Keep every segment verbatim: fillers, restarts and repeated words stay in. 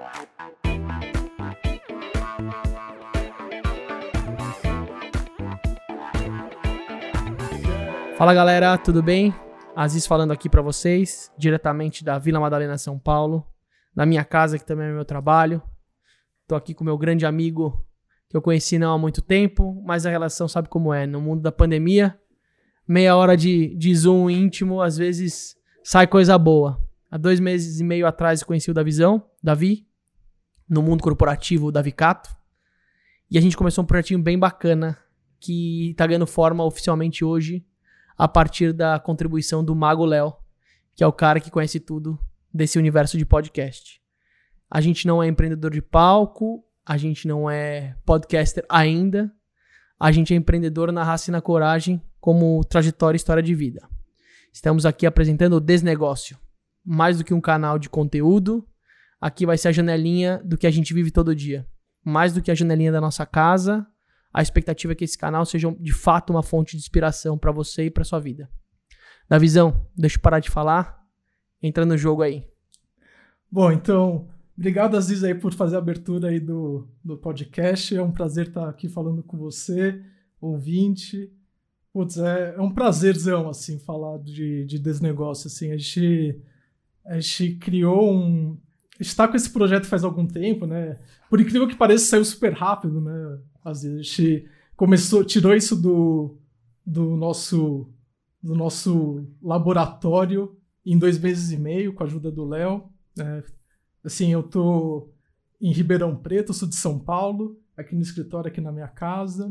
Fala galera, tudo bem? Aziz falando aqui pra vocês, diretamente da Vila Madalena, São Paulo, da minha casa, que também é meu trabalho. Tô aqui com meu grande amigo, que eu conheci não há muito tempo, mas a relação sabe como é, no mundo da pandemia, meia hora de, de Zoom íntimo, às vezes sai coisa boa. Há dois meses e meio atrás eu conheci o Davizão, Davi, no mundo corporativo, o Davicato, e a gente começou um projetinho bem bacana, que tá ganhando forma oficialmente hoje, a partir da contribuição do Mago Léo, que é o cara que conhece tudo desse universo de podcast. A gente não é empreendedor de palco, a gente não é podcaster ainda, a gente é empreendedor na raça e na coragem como trajetória e história de vida. Estamos aqui apresentando o Desnegócio, mais do que um canal de conteúdo, aqui vai ser a janelinha do que a gente vive todo dia, mais do que a janelinha da nossa casa. A expectativa é que esse canal seja de fato uma fonte de inspiração para você e para sua vida. Davizão, deixa eu parar de falar. Entra no jogo aí. Bom, então, obrigado Aziz aí por fazer a abertura aí do, do podcast. É um prazer estar aqui falando com você, ouvinte. Putz, é, é um prazerzão, assim, falar de, de Desnegócio, assim. A gente, a gente criou um... A gente está com esse projeto faz algum tempo, né? Por incrível que pareça, saiu super rápido, né? Às vezes a gente começou, tirou isso do, do, nosso, do nosso laboratório em dois meses e meio, com a ajuda do Léo. É, assim, eu tô em Ribeirão Preto, eu sou de São Paulo, aqui no escritório, aqui na minha casa.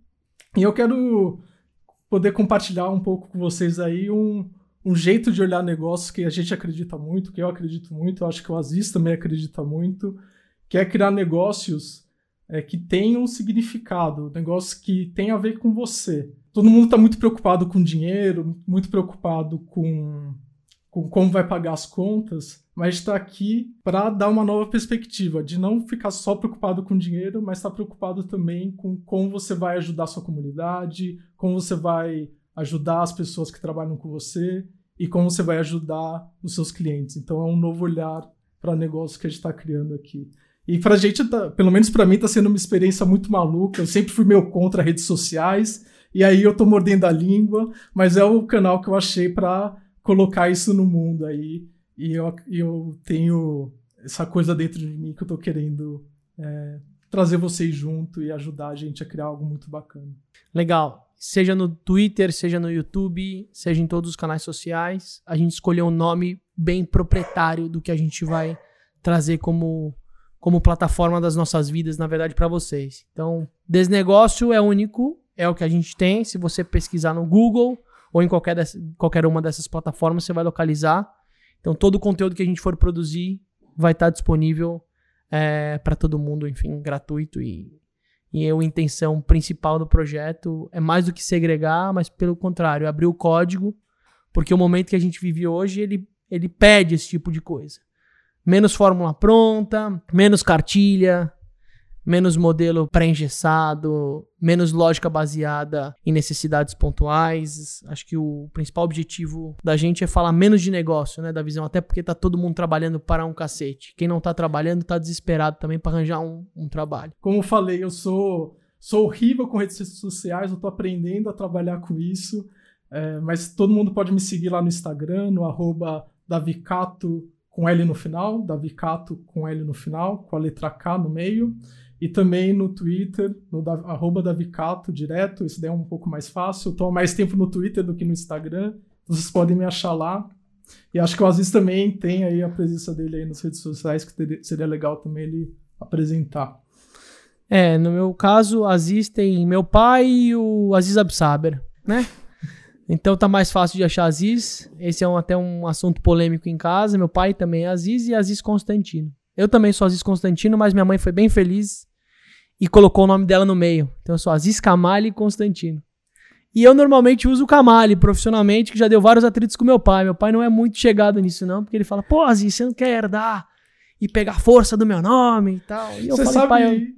E eu quero poder compartilhar um pouco com vocês aí um, um jeito de olhar negócios que a gente acredita muito, que eu acredito muito, eu acho que o Aziz também acredita muito, que é criar negócios é, que tenham significado, negócios que tenham a ver com você. Todo mundo está muito preocupado com dinheiro, muito preocupado com, com como vai pagar as contas, mas está aqui para dar uma nova perspectiva, de não ficar só preocupado com dinheiro, mas estar tá preocupado também com como você vai ajudar a sua comunidade, como você vai ajudar as pessoas que trabalham com você e como você vai ajudar os seus clientes. Então é um novo olhar para negócio que a gente está criando aqui. E pra gente, tá, pelo menos pra mim, tá sendo uma experiência muito maluca. Eu sempre fui meio contra redes sociais, e aí eu tô mordendo a língua, mas é o canal que eu achei pra colocar isso no mundo aí. E eu, eu tenho essa coisa dentro de mim que eu tô querendo é, trazer vocês junto e ajudar a gente a criar algo muito bacana. Legal. Seja no Twitter, seja no YouTube, seja em todos os canais sociais, a gente escolheu um nome bem proprietário do que a gente vai trazer como... como plataforma das nossas vidas, na verdade, para vocês. Então, Desnegócio é único, é o que a gente tem. Se você pesquisar no Google ou em qualquer, dessa, qualquer uma dessas plataformas, você vai localizar. Então, todo o conteúdo que a gente for produzir vai estar disponível é, para todo mundo, enfim, gratuito. E, e a intenção principal do projeto é mais do que segregar, mas pelo contrário, abrir o código, porque o momento que a gente vive hoje, ele, ele pede esse tipo de coisa. Menos fórmula pronta, menos cartilha, menos modelo pré-engessado, menos lógica baseada em necessidades pontuais. Acho que o principal objetivo da gente é falar menos de negócio, né, da visão, até porque tá todo mundo trabalhando para um cacete. Quem não tá trabalhando tá desesperado também para arranjar um, um trabalho. Como eu falei, eu sou, sou horrível com redes sociais, eu tô aprendendo a trabalhar com isso, é, mas todo mundo pode me seguir lá no Instagram, no arroba Davicato, com L no final, Davicato com L no final, com a letra K no meio, e também no Twitter, no da, arroba Davicato direto, isso daí é um pouco mais fácil, eu estou há mais tempo no Twitter do que no Instagram, vocês podem me achar lá, e acho que o Aziz também tem aí a presença dele aí nas redes sociais, que teria, seria legal também ele apresentar. É, no meu caso, Aziz tem meu pai e o Aziz Absaber, né? Então tá mais fácil de achar Aziz. Esse é um, até um assunto polêmico em casa. Meu pai também é Aziz e Aziz Constantino. Eu também sou Aziz Constantino, mas minha mãe foi bem feliz e colocou o nome dela no meio. Então eu sou Aziz Kamali Constantino. E eu normalmente uso o Kamali profissionalmente, que já deu vários atritos com meu pai. Meu pai não é muito chegado nisso não, porque ele fala, pô Aziz, você não quer herdar e pegar força do meu nome e tal. E eu você falei, sabe, pai... Eu...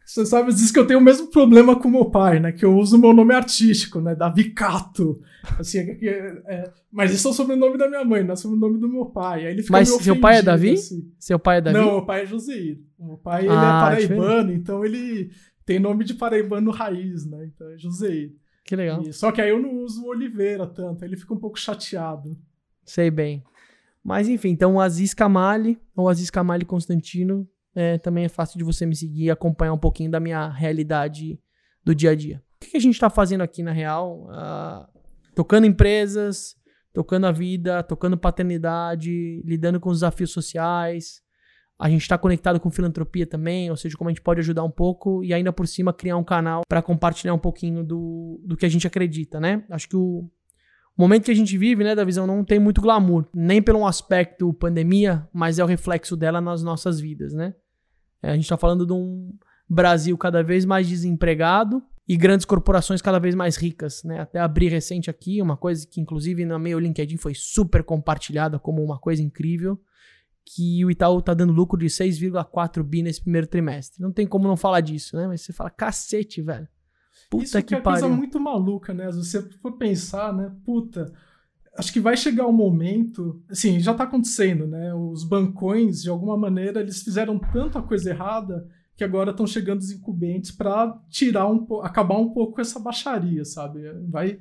Você sabe, diz que eu tenho o mesmo problema com meu pai, né? Que eu uso o meu nome artístico, né? Davi Cato. Assim, é, é, mas isso é o sobrenome da minha mãe, não é o sobrenome do meu pai. Aí ele fica mas meio seu pai é Davi? Assim. Seu pai é Davi? Não, meu pai é Joseir. Meu pai, ele ah, é paraibano, então ele tem nome de paraibano raiz, né? Então é Joseir. Que legal. E, só que aí eu não uso o Oliveira tanto, aí ele fica um pouco chateado. Sei bem. Mas enfim, então o Aziz Kamali, ou Aziz Kamali Constantino, é, também é fácil de você me seguir e acompanhar um pouquinho da minha realidade do dia a dia. O que a gente está fazendo aqui na real? Uh, tocando empresas, tocando a vida, tocando paternidade, lidando com os desafios sociais. A gente está conectado com filantropia também, ou seja, como a gente pode ajudar um pouco e ainda por cima criar um canal para compartilhar um pouquinho do, do que a gente acredita, né? Acho que o O momento que a gente vive, né, da visão, não tem muito glamour, nem pelo um aspecto pandemia, mas é o reflexo dela nas nossas vidas, né? É, a gente tá falando de um Brasil cada vez mais desempregado e grandes corporações cada vez mais ricas, né? Até abri recente aqui uma coisa que, inclusive, no meu LinkedIn foi super compartilhada como uma coisa incrível, que o Itaú tá dando lucro de seis vírgula quatro bi nesse primeiro trimestre. Não tem como não falar disso, né? Mas você fala, cacete, velho. Puta Isso que é pariu. Coisa muito maluca, né? Se você for pensar, né? Puta, acho que vai chegar um momento, assim, já tá acontecendo, né? Os bancões, de alguma maneira, eles fizeram tanta coisa errada que agora estão chegando os incumbentes para tirar um pouco, acabar um pouco com essa baixaria, sabe? Vai,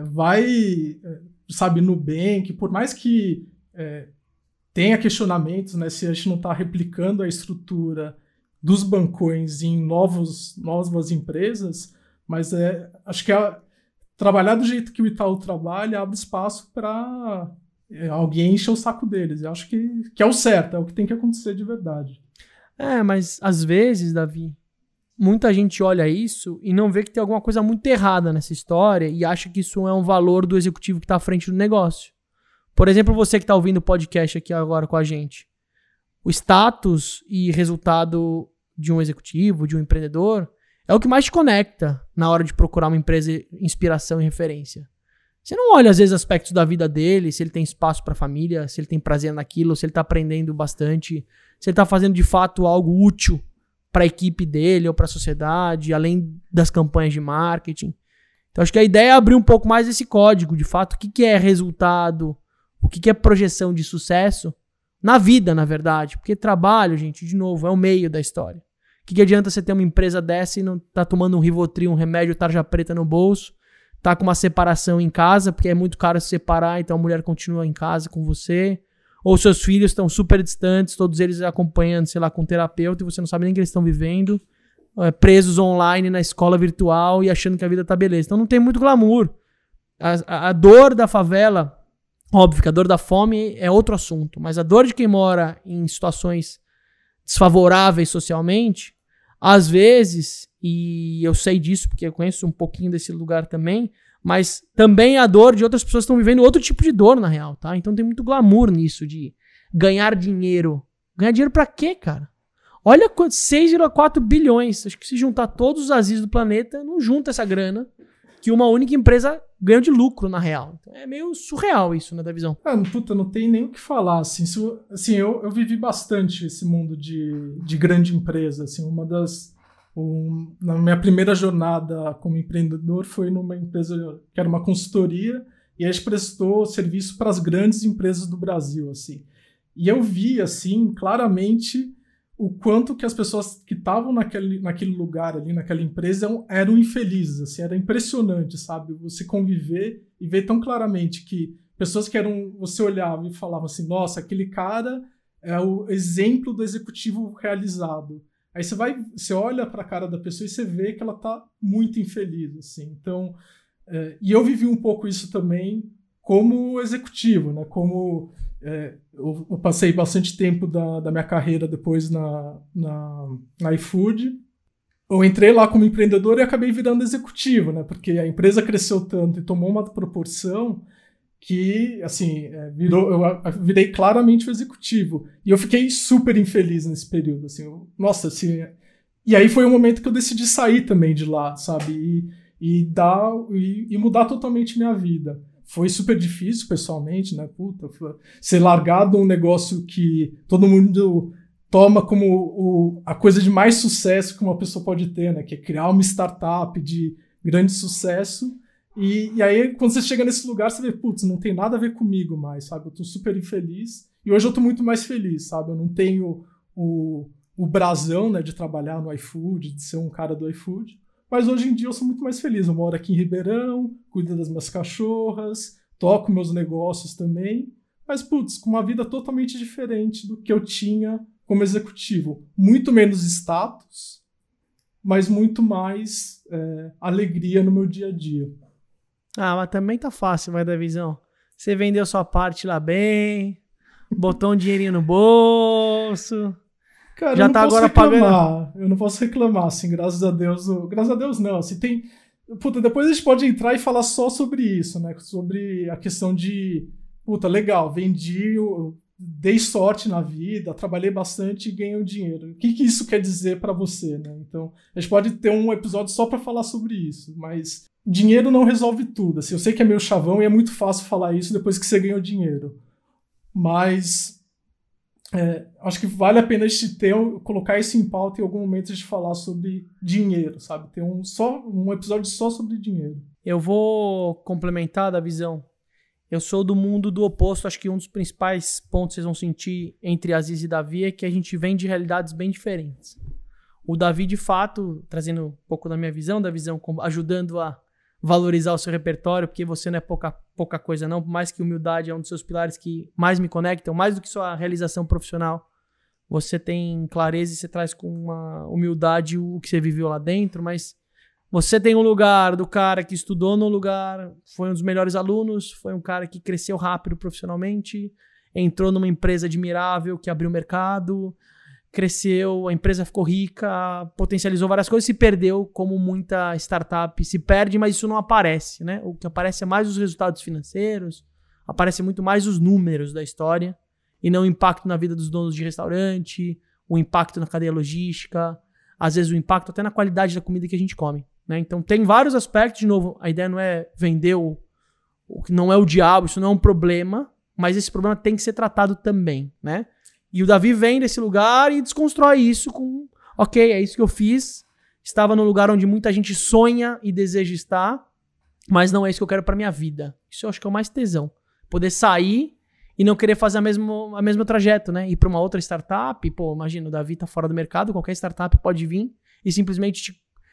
vai, sabe, Nubank, por mais que é, tenha questionamentos, né? Se a gente não tá replicando a estrutura dos bancões em novos, novas empresas. Mas é, acho que é, trabalhar do jeito que o Itaú trabalha abre espaço para é, alguém encher o saco deles. Eu acho que, que é o certo, é o que tem que acontecer de verdade. É, mas às vezes, Davi, muita gente olha isso e não vê que tem alguma coisa muito errada nessa história e acha que isso é um valor do executivo que está à frente do negócio. Por exemplo, você que está ouvindo o podcast aqui agora com a gente. O status e resultado de um executivo, de um empreendedor, é o que mais te conecta na hora de procurar uma empresa inspiração e referência. Você não olha, às vezes, aspectos da vida dele, se ele tem espaço para a família, se ele tem prazer naquilo, se ele está aprendendo bastante, se ele está fazendo, de fato, algo útil para a equipe dele ou para a sociedade, além das campanhas de marketing. Então, acho que a ideia é abrir um pouco mais esse código, de fato, o que, que é resultado, o que, que é projeção de sucesso na vida, na verdade. Porque trabalho, gente, de novo, é o meio da história. O que, que adianta você ter uma empresa dessa e não tá tomando um Rivotril, um remédio tarja preta no bolso, tá com uma separação em casa, porque é muito caro se separar, então a mulher continua em casa com você, ou seus filhos estão super distantes, todos eles acompanhando, sei lá, com um terapeuta, e você não sabe nem o que eles estão vivendo, é, presos online na escola virtual e achando que a vida tá beleza. Então não tem muito glamour. A, a, a dor da favela, óbvio que a dor da fome é outro assunto, mas a dor de quem mora em situações desfavoráveis socialmente, às vezes, e eu sei disso porque eu conheço um pouquinho desse lugar também, mas também a dor de outras pessoas que estão vivendo outro tipo de dor na real, tá? Então tem muito glamour nisso de ganhar dinheiro. Ganhar dinheiro pra quê, cara? Olha quanto, seis vírgula quatro bilhões. Acho que se juntar todos os Aziz do planeta, não junta essa grana que uma única empresa ganha de lucro, na real. Então é meio surreal isso, né, da visão. Ah, puta, não tem nem o que falar, assim, se, assim eu, eu vivi bastante esse mundo de, de grande empresa, assim, uma das, um, na minha primeira jornada como empreendedor foi numa empresa que era uma consultoria, e a gente prestou serviço para as grandes empresas do Brasil, assim, e eu vi, assim, claramente o quanto que as pessoas que estavam naquele, naquele lugar ali, naquela empresa, eram, eram infelizes, assim, era impressionante, sabe? Você conviver e ver tão claramente que pessoas que eram, você olhava e falava assim, nossa, aquele cara é o exemplo do executivo realizado. Aí você vai, você olha para a cara da pessoa e você vê que ela tá muito infeliz, assim. Então, é, e eu vivi um pouco isso também como executivo, né? Como É, eu, eu passei bastante tempo da, da minha carreira depois na, na, na iFood. Eu entrei lá como empreendedor e acabei virando executivo, né? Porque a empresa cresceu tanto e tomou uma proporção que, assim, é, virou, eu virei claramente o executivo. E eu fiquei super infeliz nesse período, assim. Eu, nossa, assim... E aí foi o momento que eu decidi sair também de lá, sabe? E, e, dar, e, e mudar totalmente minha vida. Foi super difícil, pessoalmente, né? Puta, foi ser largado um negócio que todo mundo toma como o, a coisa de mais sucesso que uma pessoa pode ter, né? Que é criar uma startup de grande sucesso. E, e aí, quando você chega nesse lugar, você vê, putz, não tem nada a ver comigo mais, sabe? Eu tô super infeliz. E hoje eu tô muito mais feliz, sabe? Eu não tenho o, o brasão, né, de trabalhar no iFood, de ser um cara do iFood. Mas hoje em dia eu sou muito mais feliz. Eu moro aqui em Ribeirão, cuido das minhas cachorras, toco meus negócios também. Mas, putz, com uma vida totalmente diferente do que eu tinha como executivo. Muito menos status, mas muito mais é, alegria no meu dia a dia. Ah, mas também tá fácil, vai, Davizão. Você vendeu sua parte lá bem, botou um dinheirinho no bolso. Cara, já eu não tá posso agora reclamar. pagando. Eu não posso reclamar, assim, graças a Deus. Graças a Deus, não. Assim, tem... Puta, depois a gente pode entrar e falar só sobre isso, né? Sobre a questão de... Puta, legal, vendi, dei sorte na vida, trabalhei bastante e ganhei dinheiro. O que, que isso quer dizer pra você, né? Então, a gente pode ter um episódio só pra falar sobre isso, mas dinheiro não resolve tudo. Assim, eu sei que é meio chavão e é muito fácil falar isso depois que você ganhou dinheiro. Mas é, acho que vale a pena a gente ter, colocar isso em pauta em algum momento, a gente falar sobre dinheiro, sabe? Ter um, só, um episódio só sobre dinheiro. Eu vou complementar da visão. Eu sou do mundo do oposto. Acho que um dos principais pontos que vocês vão sentir entre Aziz e Davi é que a gente vem de realidades bem diferentes. O Davi, de fato, trazendo um pouco da minha visão, da visão, ajudando a valorizar o seu repertório, porque você não é pouca, pouca coisa não, por mais que humildade é um dos seus pilares que mais me conectam, mais do que sua realização profissional. Você tem clareza e você traz com uma humildade o que você viveu lá dentro, mas você tem um lugar do cara que estudou no lugar, foi um dos melhores alunos, foi um cara que cresceu rápido profissionalmente, entrou numa empresa admirável que abriu mercado, cresceu, a empresa ficou rica, potencializou várias coisas, se perdeu, como muita startup se perde, mas isso não aparece, né? O que aparece é mais os resultados financeiros, aparece muito mais os números da história, e não o impacto na vida dos donos de restaurante, o impacto na cadeia logística, às vezes o impacto até na qualidade da comida que a gente come, né? Então tem vários aspectos, de novo, a ideia não é vender o, o que não é o diabo, isso não é um problema, mas esse problema tem que ser tratado também, né? E o Davi vem desse lugar e desconstrói isso com, ok, é isso que eu fiz, estava no lugar onde muita gente sonha e deseja estar, mas não é isso que eu quero pra minha vida. Isso eu acho que é o mais tesão. Poder sair e não querer fazer a mesma, a mesma trajeto, né? Ir pra uma outra startup, pô, imagina, o Davi tá fora do mercado, qualquer startup pode vir e simplesmente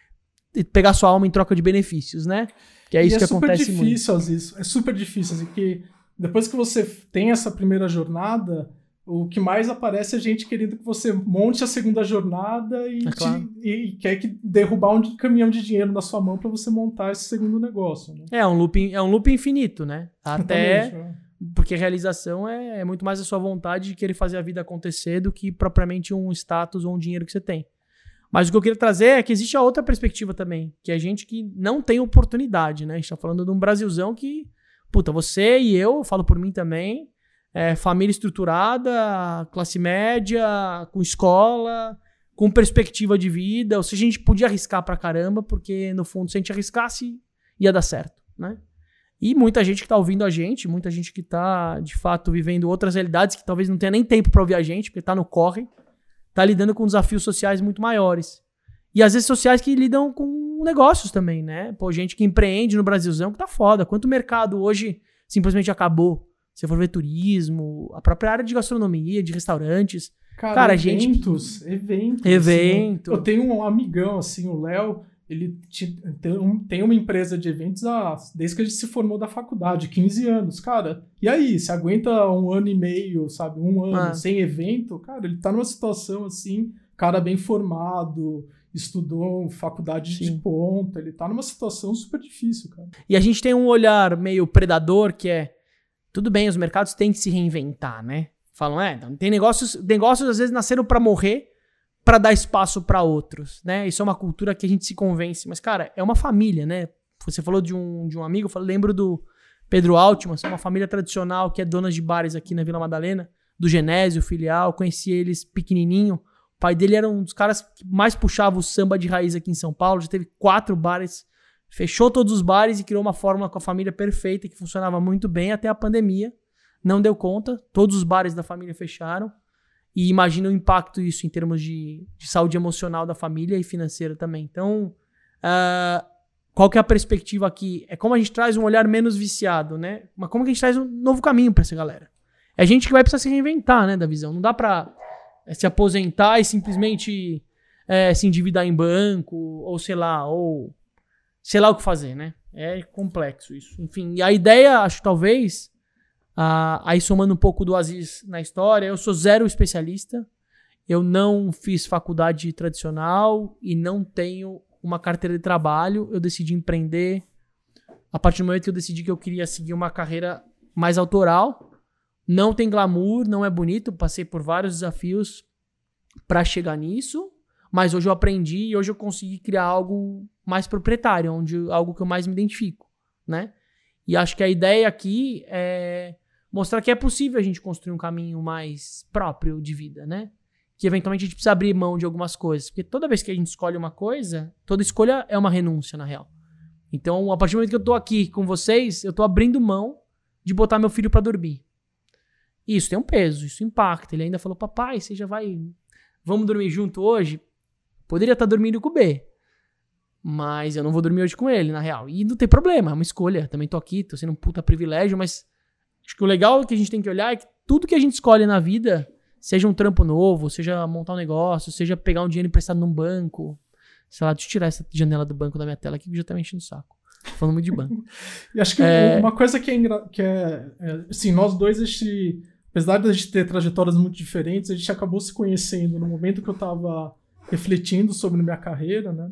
te, pegar sua alma em troca de benefícios, né? Que é isso e que é acontece super muito. difícil, às vezes. É super difícil, assim, que depois que você tem essa primeira jornada, o que mais aparece é gente querendo que você monte a segunda jornada e, é claro. te, e quer que derrubar um caminhão de dinheiro na sua mão para você montar esse segundo negócio. Né? É um loop, é um loop infinito, né? Até Exatamente. porque realização é, é muito mais a sua vontade de querer fazer a vida acontecer do que propriamente um status ou um dinheiro que você tem. Mas o que eu queria trazer é que existe a outra perspectiva também, que é gente que não tem oportunidade, né? A gente tá falando de um Brasilzão que, puta, você e eu, eu falo por mim também, é, família estruturada, classe média, com escola, com perspectiva de vida, ou seja, a gente podia arriscar pra caramba, porque no fundo, se a gente arriscasse, ia dar certo, né? E muita gente que tá ouvindo a gente, muita gente que tá, de fato, vivendo outras realidades, que talvez não tenha nem tempo pra ouvir a gente, porque tá no corre, tá lidando com desafios sociais muito maiores. E às vezes sociais que lidam com negócios também, né? Pô, gente que empreende no Brasilzão que tá foda. Quanto mercado hoje simplesmente acabou? Se for ver turismo, a própria área de gastronomia, de restaurantes. Cara, Cara eventos, gente... eventos. Evento. Assim, eu tenho um amigão, assim, o Léo, ele tem uma empresa de eventos há, desde que a gente se formou da faculdade, quinze anos. Cara, e aí? Se aguenta um ano e meio, sabe? Um ano ah. sem evento, cara, ele tá numa situação assim, cara bem formado, estudou faculdade Sim. de ponta, ele tá numa situação super difícil, cara. E a gente tem um olhar meio predador que é, tudo bem, os mercados têm que se reinventar, né? Falam, é, tem negócios, negócios às vezes nasceram pra morrer, pra dar espaço pra outros, né? Isso é uma cultura que a gente se convence. Mas, cara, é uma família, né? Você falou de um, de um amigo, eu lembro do Pedro Altman, é uma família tradicional que é dona de bares aqui na Vila Madalena, do Genésio, filial, conheci eles pequenininho. O pai dele era um dos caras que mais puxava o samba de raiz aqui em São Paulo, já teve quatro bares, fechou todos os bares e criou uma fórmula com a família perfeita que funcionava muito bem até a pandemia. Não deu conta, todos os bares da família fecharam. E imagina o impacto isso em termos de, de saúde emocional da família e financeira também. Então, uh, qual que é a perspectiva aqui? É como a gente traz um olhar menos viciado, né? Mas como que a gente traz um novo caminho para essa galera? É gente que vai precisar se reinventar, né, da visão. Não dá pra se aposentar e simplesmente é, se endividar em banco, ou sei lá, ou sei lá o que fazer, né? É complexo isso. Enfim, e a ideia, acho que talvez... Uh, aí somando um pouco do Aziz na história, eu sou zero especialista, eu não fiz faculdade tradicional e não tenho uma carteira de trabalho, eu decidi empreender a partir do momento que eu decidi que eu queria seguir uma carreira mais autoral, não tem glamour, não é bonito, passei por vários desafios para chegar nisso, mas hoje eu aprendi e hoje eu consegui criar algo mais proprietário, onde, algo que eu mais me identifico, né? E acho que a ideia aqui é mostrar que é possível a gente construir um caminho mais próprio de vida, né? Que eventualmente a gente precisa abrir mão de algumas coisas. Porque toda vez que a gente escolhe uma coisa, toda escolha é uma renúncia, na real. Então, a partir do momento que eu tô aqui com vocês, eu tô abrindo mão de botar meu filho pra dormir. Isso tem um peso, isso impacta. Ele ainda falou, papai, você já vai... Vamos dormir junto hoje? Poderia estar dormindo com o B. Mas eu não vou dormir hoje com ele, na real. E não tem problema, é uma escolha. Também tô aqui, tô sendo um puta privilégio, mas... Acho que o legal que a gente tem que olhar é que tudo que a gente escolhe na vida, seja um trampo novo, seja montar um negócio, seja pegar um dinheiro emprestado num banco. Sei lá, deixa eu tirar essa janela do banco da minha tela aqui que já tá me enchendo o saco. Tô falando muito de banco. E acho que é... uma coisa que é, engra... que é, é assim, nós dois, a gente, apesar de a gente ter trajetórias muito diferentes, a gente acabou se conhecendo no momento que eu tava refletindo sobre a minha carreira, né?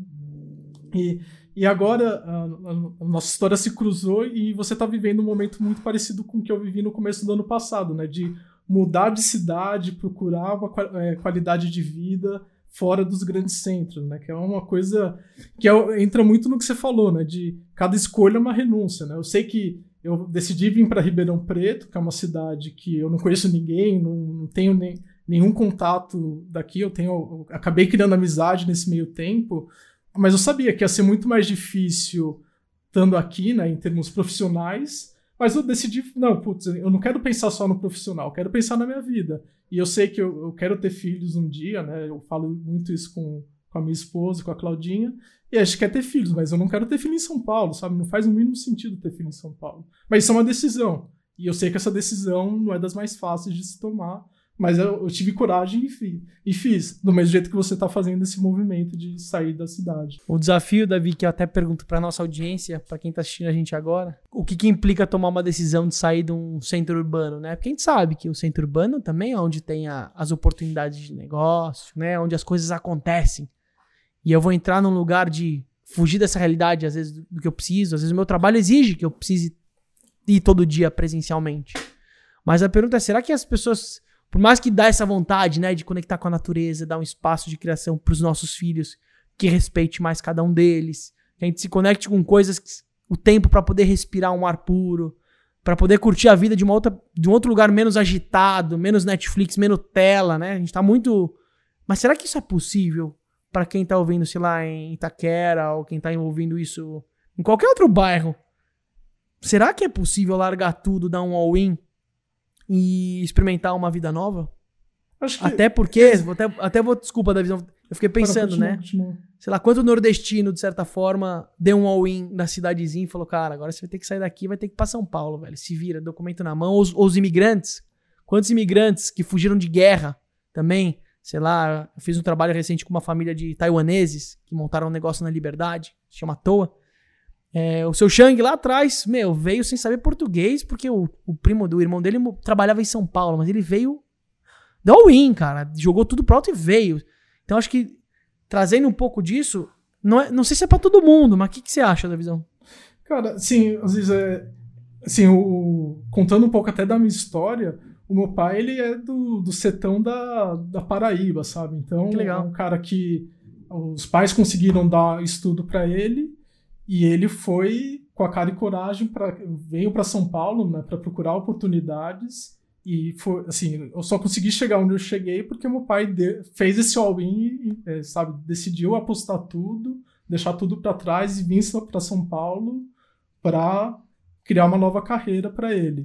E... E agora a, a nossa história se cruzou e você está vivendo um momento muito parecido com o que eu vivi no começo do ano passado, né? De mudar de cidade, procurar uma é, qualidade de vida fora dos grandes centros, né? Que é uma coisa que é, entra muito no que você falou, né? De cada escolha é uma renúncia, né? Eu sei que eu decidi vir para Ribeirão Preto, que é uma cidade que eu não conheço ninguém, não, não tenho nem, nenhum contato daqui, eu tenho, eu acabei criando amizade nesse meio tempo. Mas eu sabia que ia ser muito mais difícil estando aqui, né, em termos profissionais, mas eu decidi, não, putz, eu não quero pensar só no profissional, eu quero pensar na minha vida. E eu sei que eu, eu quero ter filhos um dia, né, eu falo muito isso com, com a minha esposa, com a Claudinha, e a gente quer ter filhos, mas eu não quero ter filho em São Paulo, sabe? Não faz o mínimo sentido ter filho em São Paulo. Mas isso é uma decisão, e eu sei que essa decisão não é das mais fáceis de se tomar, mas eu, eu tive coragem e fiz, e fiz, do mesmo jeito que você está fazendo esse movimento de sair da cidade. O desafio, Davi, que eu até pergunto para nossa audiência, para quem está assistindo a gente agora, o que, que implica tomar uma decisão de sair de um centro urbano, né? Porque a gente sabe que o centro urbano também é onde tem a, as oportunidades de negócio, né? Onde as coisas acontecem. E eu vou entrar num lugar de fugir dessa realidade, às vezes, do, do que eu preciso. Às vezes o meu trabalho exige que eu precise ir todo dia presencialmente. Mas a pergunta é, será que as pessoas... Por mais que dá essa vontade, né, de conectar com a natureza, dar um espaço de criação para os nossos filhos, que respeite mais cada um deles, que a gente se conecte com coisas, que, o tempo para poder respirar um ar puro, para poder curtir a vida de, uma outra, de um outro lugar menos agitado, menos Netflix, menos tela, né? A gente tá muito... Mas será que isso é possível para quem tá ouvindo, sei lá, em Itaquera, ou quem tá ouvindo isso em qualquer outro bairro? Será que é possível largar tudo, dar um all-in e experimentar uma vida nova? Acho que... Até porque, vou até, até vou, desculpa, Davi, eu fiquei pensando, continua, né? Continua. Sei lá, quanto nordestino, de certa forma, deu um all-in na cidadezinha e falou, cara, agora você vai ter que sair daqui, vai ter que ir pra São Paulo, velho. Se vira, documento na mão. Ou os, ou os imigrantes. Quantos imigrantes que fugiram de guerra também? Sei lá, eu fiz um trabalho recente com uma família de taiwaneses que montaram um negócio na Liberdade, se chama Toa. É, o seu Shang lá atrás, meu, veio sem saber português, porque o, o primo do irmão dele trabalhava em São Paulo, mas ele veio deu all-in, cara, jogou tudo pro alto e veio. Então acho que, trazendo um pouco disso, não, é, não sei se é pra todo mundo, mas o que, que você acha da visão? Cara, sim, às vezes é... Assim, o, contando um pouco até da minha história, o meu pai, ele é do, do sertão da, da Paraíba, sabe? Então, que legal. É um cara que os pais conseguiram dar estudo pra ele, e ele foi com a cara e coragem, pra, veio para São Paulo, né, para procurar oportunidades. E foi assim, eu só consegui chegar onde eu cheguei porque meu pai de, fez esse all-in, é, sabe, decidiu apostar tudo, deixar tudo para trás e vir para São Paulo para criar uma nova carreira para ele.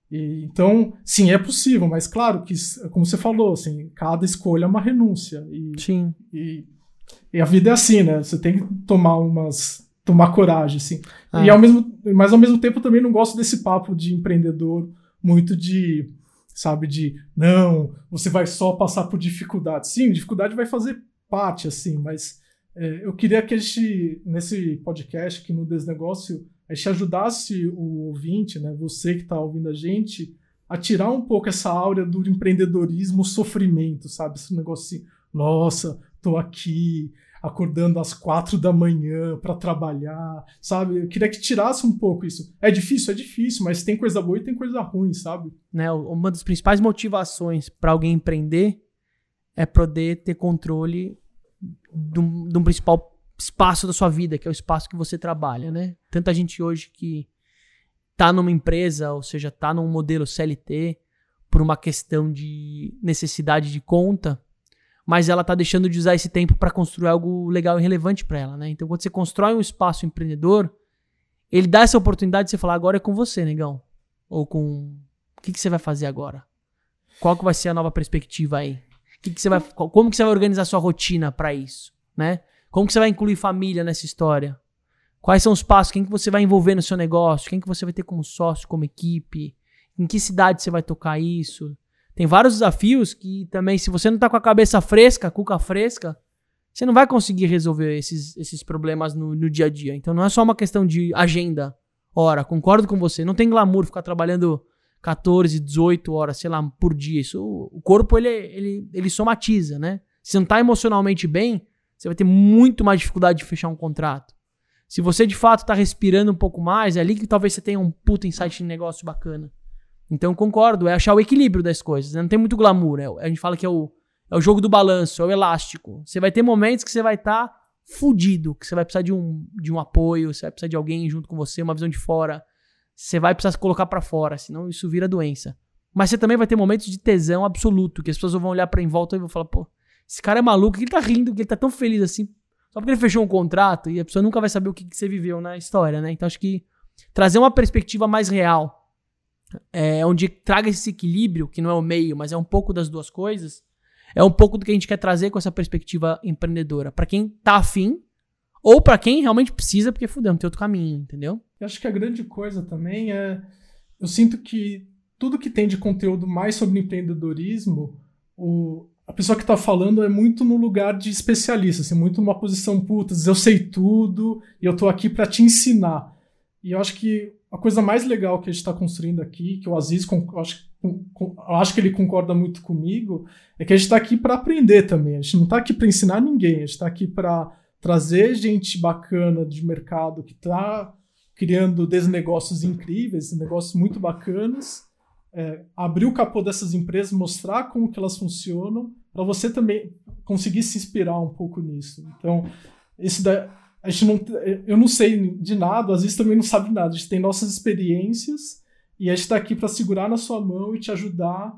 E, então, sim, é possível, mas claro que, como você falou, assim, cada escolha é uma renúncia. E, Sim. E, e a vida é assim, né? Você tem que tomar umas... tomar coragem, assim. Ah. E ao mesmo, mas ao mesmo tempo eu também não gosto desse papo de empreendedor muito de, sabe, de não, você vai só passar por dificuldade. Sim, dificuldade vai fazer parte, assim, mas é, eu queria que a gente, nesse podcast aqui no Desnegócio, a gente ajudasse o ouvinte, né, você que está ouvindo a gente, a tirar um pouco essa áurea do empreendedorismo, sofrimento, sabe? Esse negócio assim, nossa, tô aqui acordando às quatro da manhã para trabalhar, sabe? Eu queria que tirasse um pouco isso. É difícil? É difícil, mas tem coisa boa e tem coisa ruim, sabe? Né, uma das principais motivações para alguém empreender é poder ter controle de um, de um principal espaço da sua vida, que é o espaço que você trabalha, né? Tanta gente hoje que tá numa empresa, ou seja, tá num modelo C L T por uma questão de necessidade de conta, mas ela tá deixando de usar esse tempo para construir algo legal e relevante para ela, né? Então, quando você constrói um espaço empreendedor, ele dá essa oportunidade de você falar, agora é com você, negão. Ou com... O que, que você vai fazer agora? Qual que vai ser a nova perspectiva aí? O que que você vai... Como que você vai organizar sua rotina para isso, né? Como que você vai incluir família nessa história? Quais são os passos? Quem que você vai envolver no seu negócio? Quem que você vai ter como sócio, como equipe? Em que cidade você vai tocar isso? Tem vários desafios que também, se você não tá com a cabeça fresca, cuca fresca, você não vai conseguir resolver esses, esses problemas no, no dia a dia. Então não é só uma questão de agenda. Ora, concordo com você. Não tem glamour ficar trabalhando catorze, dezoito horas, sei lá, por dia. Isso, o corpo, ele, ele, ele somatiza, né? Se não tá emocionalmente bem, você vai ter muito mais dificuldade de fechar um contrato. Se você, de fato, tá respirando um pouco mais, é ali que talvez você tenha um puta insight de negócio bacana. Então, concordo, é achar o equilíbrio das coisas, né? Não tem muito glamour, é, a gente fala que é o, é o jogo do balanço, é o elástico. Você vai ter momentos que você vai estar tá fudido, que você vai precisar de um, de um apoio, você vai precisar de alguém junto com você, uma visão de fora. Você vai precisar se colocar pra fora, senão isso vira doença. Mas você também vai ter momentos de tesão absoluto, que as pessoas vão olhar pra em volta e vão falar, pô, esse cara é maluco, que ele tá rindo, que ele tá tão feliz assim, só porque ele fechou um contrato, e a pessoa nunca vai saber o que, que você viveu na história, né? Então acho que trazer uma perspectiva mais real, é, onde traga esse equilíbrio, que não é o meio, mas é um pouco das duas coisas, é um pouco do que a gente quer trazer com essa perspectiva empreendedora. Pra quem tá afim, ou pra quem realmente precisa, porque fudeu, não tem outro caminho, entendeu? Eu acho que a grande coisa também é... Eu sinto que tudo que tem de conteúdo mais sobre empreendedorismo, o, a pessoa que tá falando é muito no lugar de especialista, assim, muito numa posição, putz, eu sei tudo e eu tô aqui pra te ensinar. E eu acho que a coisa mais legal que a gente está construindo aqui, que o Aziz, eu acho, eu acho que ele concorda muito comigo, é que a gente está aqui para aprender também. A gente não está aqui para ensinar ninguém, a gente está aqui para trazer gente bacana de mercado que está criando desnegócios incríveis, negócios muito bacanas, é, abrir o capô dessas empresas, mostrar como que elas funcionam, para você também conseguir se inspirar um pouco nisso. Então, esse da A gente não, eu não sei de nada, às vezes também não sabe nada. A gente tem nossas experiências e a gente está aqui para segurar na sua mão e te ajudar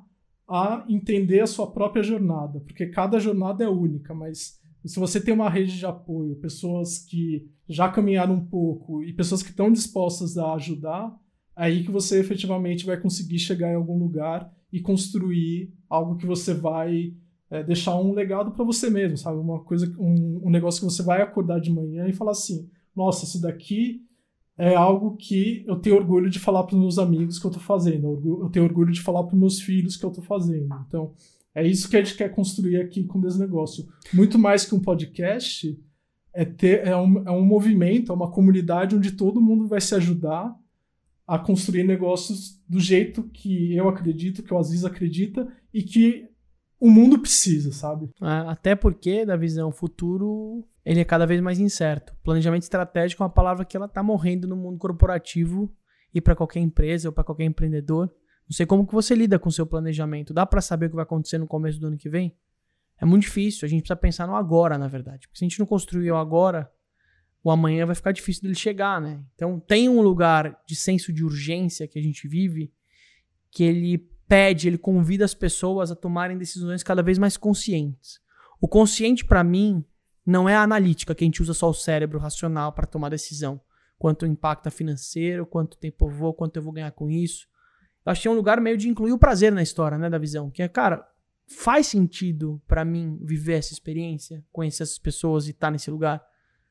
a entender a sua própria jornada, porque cada jornada é única, mas se você tem uma rede de apoio, pessoas que já caminharam um pouco e pessoas que estão dispostas a ajudar, é aí que você efetivamente vai conseguir chegar em algum lugar e construir algo que você vai... É, deixar um legado para você mesmo, sabe? Uma coisa, um, um negócio que você vai acordar de manhã e falar assim, nossa, isso daqui é algo que eu tenho orgulho de falar para os meus amigos que eu estou fazendo, eu tenho orgulho de falar para os meus filhos que eu estou fazendo. Então, é isso que a gente quer construir aqui com o Desnegócio. Muito mais que um podcast, é, ter, é, um, é um movimento, é uma comunidade onde todo mundo vai se ajudar a construir negócios do jeito que eu acredito, que o Aziz acredita e que o mundo precisa, sabe? Até porque, da visão futuro, ele é cada vez mais incerto. Planejamento estratégico é uma palavra que ela tá morrendo no mundo corporativo e para qualquer empresa ou para qualquer empreendedor. Não sei como que você lida com o seu planejamento. Dá para saber o que vai acontecer no começo do ano que vem? É muito difícil. A gente precisa pensar no agora, na verdade. Porque se a gente não construir o agora, o amanhã vai ficar difícil dele chegar, né? Então tem um lugar de senso de urgência que a gente vive que ele pede, ele convida as pessoas a tomarem decisões cada vez mais conscientes. O consciente, para mim, não é a analítica, que a gente usa só o cérebro racional para tomar decisão. Quanto impacta financeiro, quanto tempo eu vou, quanto eu vou ganhar com isso. Eu acho que é um lugar meio de incluir o prazer na história, né, da visão. Que é, cara, faz sentido pra mim viver essa experiência, conhecer essas pessoas e estar nesse lugar?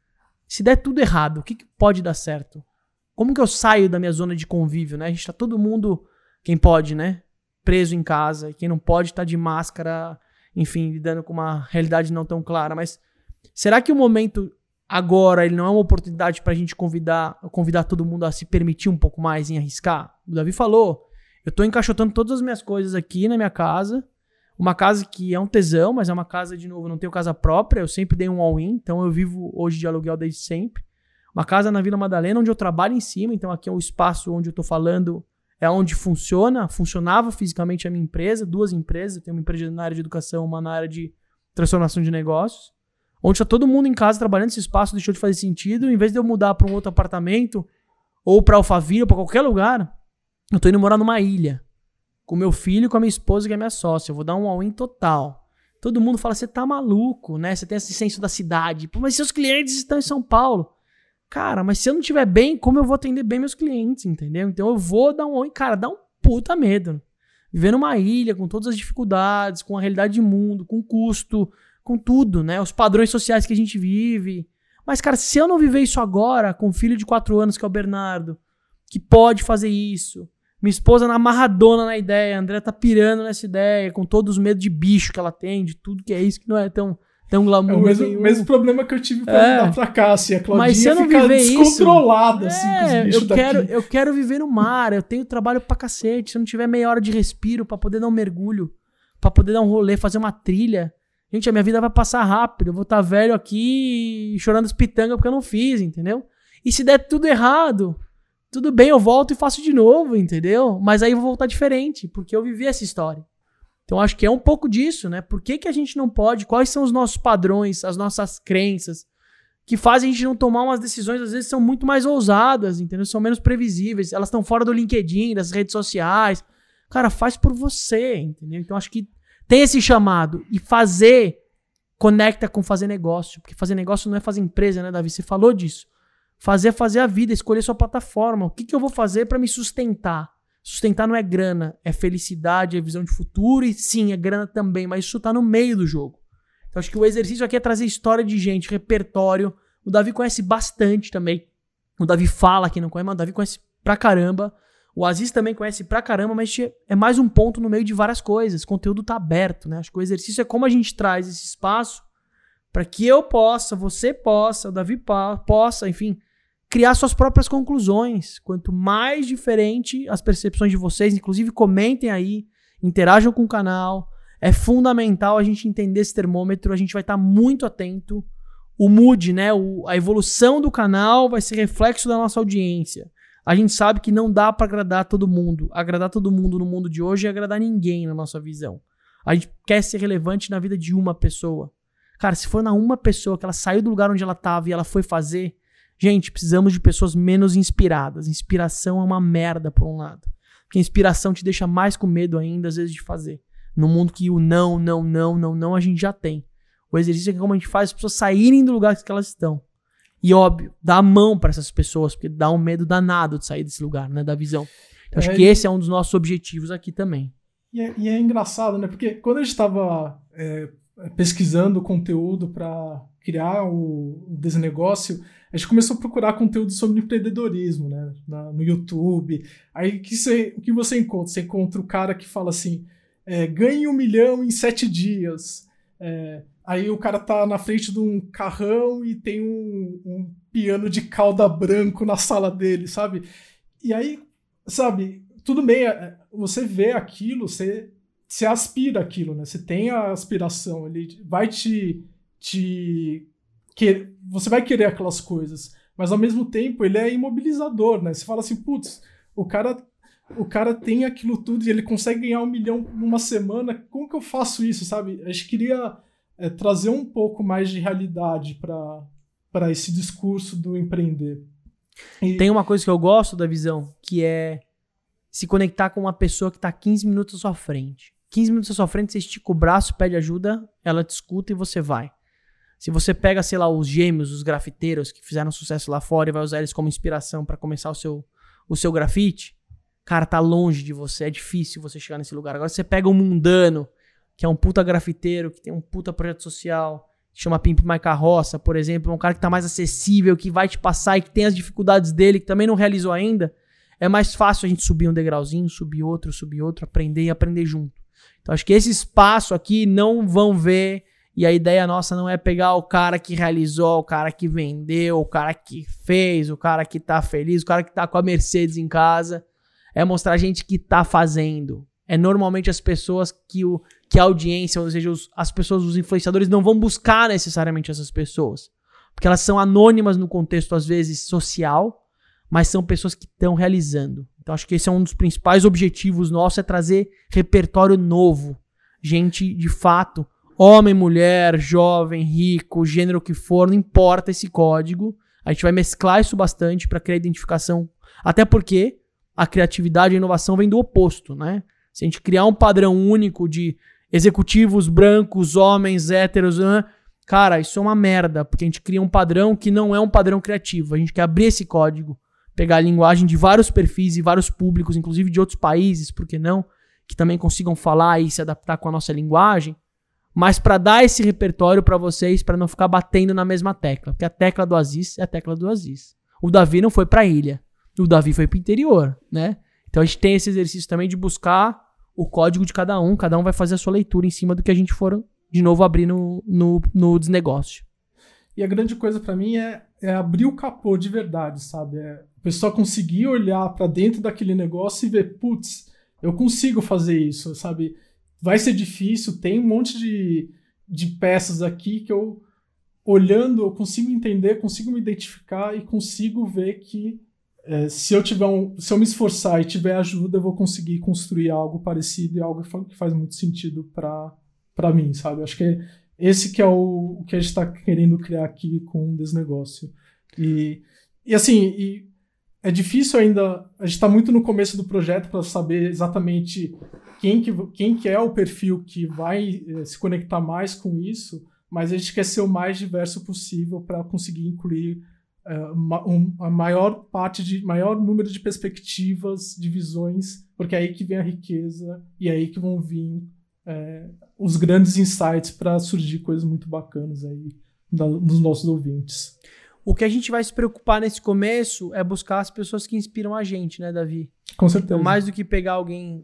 Se der tudo errado, o que, que pode dar certo? Como que eu saio da minha zona de convívio, né? A gente tá todo mundo, quem pode, né? Preso em casa. E quem não pode tá de máscara, enfim, lidando com uma realidade não tão clara. Mas será que o momento agora ele não é uma oportunidade pra gente convidar, convidar todo mundo a se permitir um pouco mais em arriscar? O Davi falou, eu tô encaixotando todas as minhas coisas aqui na minha casa. Uma casa que é um tesão, mas é uma casa, de novo, eu não tenho casa própria, eu sempre dei um all-in, então eu vivo hoje de aluguel desde sempre. Uma casa na Vila Madalena, onde eu trabalho em cima, então aqui é o espaço onde eu tô falando, é onde funciona, funcionava fisicamente a minha empresa, duas empresas, eu tenho uma empresa na área de educação, uma na área de transformação de negócios, onde tá todo mundo em casa trabalhando, esse espaço deixou de fazer sentido, em vez de eu mudar para um outro apartamento, ou para Alphaville, ou para qualquer lugar, eu tô indo morar numa ilha. Com meu filho, com a minha esposa, que é minha sócia. Eu vou dar um all-in total. Todo mundo fala, você tá maluco, né? Você tem esse senso da cidade. Pô, mas seus clientes estão em São Paulo. Cara, mas se eu não estiver bem, como eu vou atender bem meus clientes, entendeu? Então eu vou dar um all-in. Cara, dá um puta medo. Viver numa ilha, com todas as dificuldades, com a realidade de mundo, com custo, com tudo, né? Os padrões sociais que a gente vive. Mas, cara, se eu não viver isso agora, com um filho de quatro anos, que é o Bernardo, que pode fazer isso... Minha esposa na amarradona na ideia, a André tá pirando nessa ideia, com todos os medos de bicho que ela tem, de tudo que é isso, que não é tão, tão glamour. É o mesmo, mesmo problema que eu tive pra é. mudar pra cá, assim, a Claudinha Mas se eu não fica viver descontrolada, isso, assim, é, com os bichos eu daqui. quero, eu quero viver no mar, eu tenho trabalho pra cacete, se eu não tiver meia hora de respiro pra poder dar um mergulho, pra poder dar um rolê, fazer uma trilha, gente, a minha vida vai passar rápido, eu vou estar velho aqui chorando as pitangas porque eu não fiz, entendeu? E se der tudo errado... Tudo bem, eu volto e faço de novo, entendeu? Mas aí eu vou voltar diferente, porque eu vivi essa história. Então acho que é um pouco disso, né? Por que que a gente não pode? Quais são os nossos padrões, as nossas crenças, que fazem a gente não tomar umas decisões, às vezes são muito mais ousadas, entendeu? São menos previsíveis, elas estão fora do LinkedIn, das redes sociais. Cara, faz por você, entendeu? Então acho que tem esse chamado. E fazer conecta com fazer negócio, porque fazer negócio não é fazer empresa, né, Davi? Você falou disso. Fazer, fazer a vida, escolher sua plataforma. O que, que eu vou fazer para me sustentar? Sustentar não é grana, é felicidade, é visão de futuro e sim, é grana também, mas isso tá no meio do jogo. Então acho que o exercício aqui é trazer história de gente, repertório. O Davi conhece bastante também. O Davi fala que não conhece, mas o Davi conhece pra caramba. O Aziz também conhece pra caramba, mas é mais um ponto no meio de várias coisas. O conteúdo tá aberto, né? Acho que o exercício é como a gente traz esse espaço para que eu possa, você possa, o Davi possa, enfim... criar suas próprias conclusões. Quanto mais diferente as percepções de vocês, inclusive comentem aí, interajam com o canal. É fundamental a gente entender esse termômetro, a gente vai estar muito atento. O mood, né, o, a evolução do canal vai ser reflexo da nossa audiência. A gente sabe que não dá para agradar todo mundo. Agradar todo mundo no mundo de hoje é agradar ninguém na nossa visão. A gente quer ser relevante na vida de uma pessoa. Cara, se for na uma pessoa que ela saiu do lugar onde ela estava e ela foi fazer... Gente, precisamos de pessoas menos inspiradas. Inspiração é uma merda, por um lado. Porque inspiração te deixa mais com medo ainda, às vezes, de fazer. No mundo que o não, não, não, não, não, a gente já tem. O exercício é como a gente faz as pessoas saírem do lugar que elas estão. E, óbvio, dá a mão para essas pessoas, porque dá um medo danado de sair desse lugar, né, da visão. Então, acho é, que esse é um dos nossos objetivos aqui também. E é, e é engraçado, né? Porque quando a gente estava é, pesquisando conteúdo para criar o, o Desnegócio, a gente começou a procurar conteúdo sobre empreendedorismo, né? Na, no YouTube. Aí o que você, o que você encontra? Você encontra o cara que fala assim, é, ganhe um milhão em sete dias. É, aí o cara tá na frente de um carrão e tem um, um piano de cauda branco na sala dele, sabe? E aí, sabe, tudo bem, você vê aquilo, você, você aspira aquilo, né? Você tem a aspiração, ele vai te... te que você vai querer aquelas coisas, mas ao mesmo tempo ele é imobilizador, né? Você fala assim, putz, o cara, o cara tem aquilo tudo e ele consegue ganhar um milhão numa semana, como que eu faço isso, sabe? A gente queria é, trazer um pouco mais de realidade para para esse discurso do empreender. E... Tem uma coisa que eu gosto da visão, que é se conectar com uma pessoa que está quinze minutos à sua frente. quinze minutos à sua frente, você estica o braço, pede ajuda, ela te escuta e você vai. Se você pega, sei lá, os gêmeos, os grafiteiros que fizeram sucesso lá fora e vai usar eles como inspiração para começar o seu, o seu grafite, cara, tá longe de você, é difícil você chegar nesse lugar. Agora você pega um mundano, que é um puta grafiteiro, que tem um puta projeto social, que chama Pimp My Carroça, por exemplo, é um cara que tá mais acessível, que vai te passar e que tem as dificuldades dele, que também não realizou ainda. É mais fácil a gente subir um degrauzinho, subir outro, subir outro, aprender e aprender junto. Então acho que esse espaço aqui não vão ver, e a ideia nossa não é pegar o cara que realizou, o cara que vendeu, o cara que fez, o cara que tá feliz, o cara que tá com a Mercedes em casa. É mostrar a gente que tá fazendo. É normalmente as pessoas que, o, que a audiência, ou seja, os, as pessoas, os influenciadores não vão buscar necessariamente essas pessoas. Porque elas são anônimas no contexto, às vezes, social, mas são pessoas que estão realizando. Então acho que esse é um dos principais objetivos nossos, é trazer repertório novo. Gente, de fato, homem, mulher, jovem, rico, gênero que for, não importa esse código. A gente vai mesclar isso bastante para criar identificação. Até porque a criatividade e a inovação vem do oposto, né? Se a gente criar um padrão único de executivos brancos, homens, héteros, cara, isso é uma merda, porque a gente cria um padrão que não é um padrão criativo. A gente quer abrir esse código, pegar a linguagem de vários perfis e vários públicos, inclusive de outros países, por que não, que também consigam falar e se adaptar com a nossa linguagem, mas para dar esse repertório para vocês, para não ficar batendo na mesma tecla, porque a tecla do Aziz é a tecla do Aziz. O Davi não foi para a ilha, o Davi foi para o interior, né? Então a gente tem esse exercício também de buscar o código de cada um, cada um vai fazer a sua leitura em cima do que a gente for, de novo, abrir no, no, no desnegócio. E a grande coisa para mim é, é abrir o capô de verdade, sabe? É a pessoa conseguir olhar para dentro daquele negócio e ver, putz, eu consigo fazer isso, sabe? Vai ser difícil, tem um monte de, de peças aqui que eu, olhando, eu consigo entender, consigo me identificar e consigo ver que é, se eu tiver um, se eu me esforçar e tiver ajuda, eu vou conseguir construir algo parecido e algo que faz muito sentido para para mim, sabe? Acho que é esse que é o, o que a gente está querendo criar aqui com o Desnegócio. E, e assim, e é difícil ainda, a gente está muito no começo do projeto para saber exatamente quem que, quem que é o perfil que vai eh, se conectar mais com isso, mas a gente quer ser o mais diverso possível para conseguir incluir uh, um, a maior parte de, maior número de perspectivas, de visões, porque é aí que vem a riqueza e é aí que vão vir É, os grandes insights para surgir coisas muito bacanas aí da, dos nossos ouvintes. O que a gente vai se preocupar nesse começo é buscar as pessoas que inspiram a gente, né, Davi? Com certeza. Então, mais do que pegar alguém,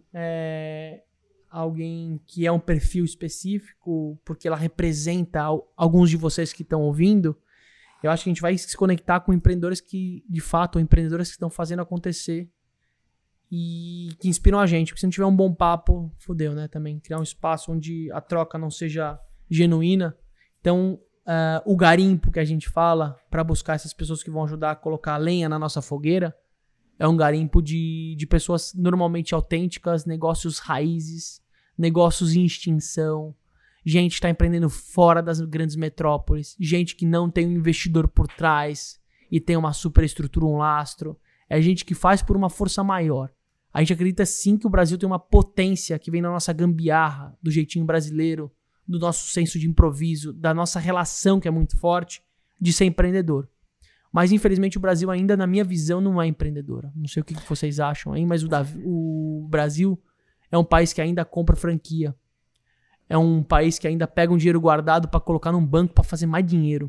é, alguém que é um perfil específico, porque ela representa alguns de vocês que estão ouvindo, eu acho que a gente vai se conectar com empreendedores que, de fato, ou empreendedores que estão fazendo acontecer e que inspiram a gente, porque se não tiver um bom papo, fodeu, né, também, criar um espaço onde a troca não seja genuína. Então, uh, o garimpo que a gente fala, para buscar essas pessoas que vão ajudar a colocar lenha na nossa fogueira, é um garimpo de, de pessoas normalmente autênticas, negócios raízes, negócios em extinção, gente que está empreendendo fora das grandes metrópoles, gente que não tem um investidor por trás e tem uma superestrutura, um lastro. É gente que faz por uma força maior. A gente acredita sim que o Brasil tem uma potência que vem da nossa gambiarra, do jeitinho brasileiro, do nosso senso de improviso, da nossa relação que é muito forte, de ser empreendedor. Mas infelizmente o Brasil ainda, na minha visão, não é empreendedor. Não sei o que vocês acham aí, mas o, Davi, o Brasil é um país que ainda compra franquia. É um país que ainda pega um dinheiro guardado para colocar num banco para fazer mais dinheiro.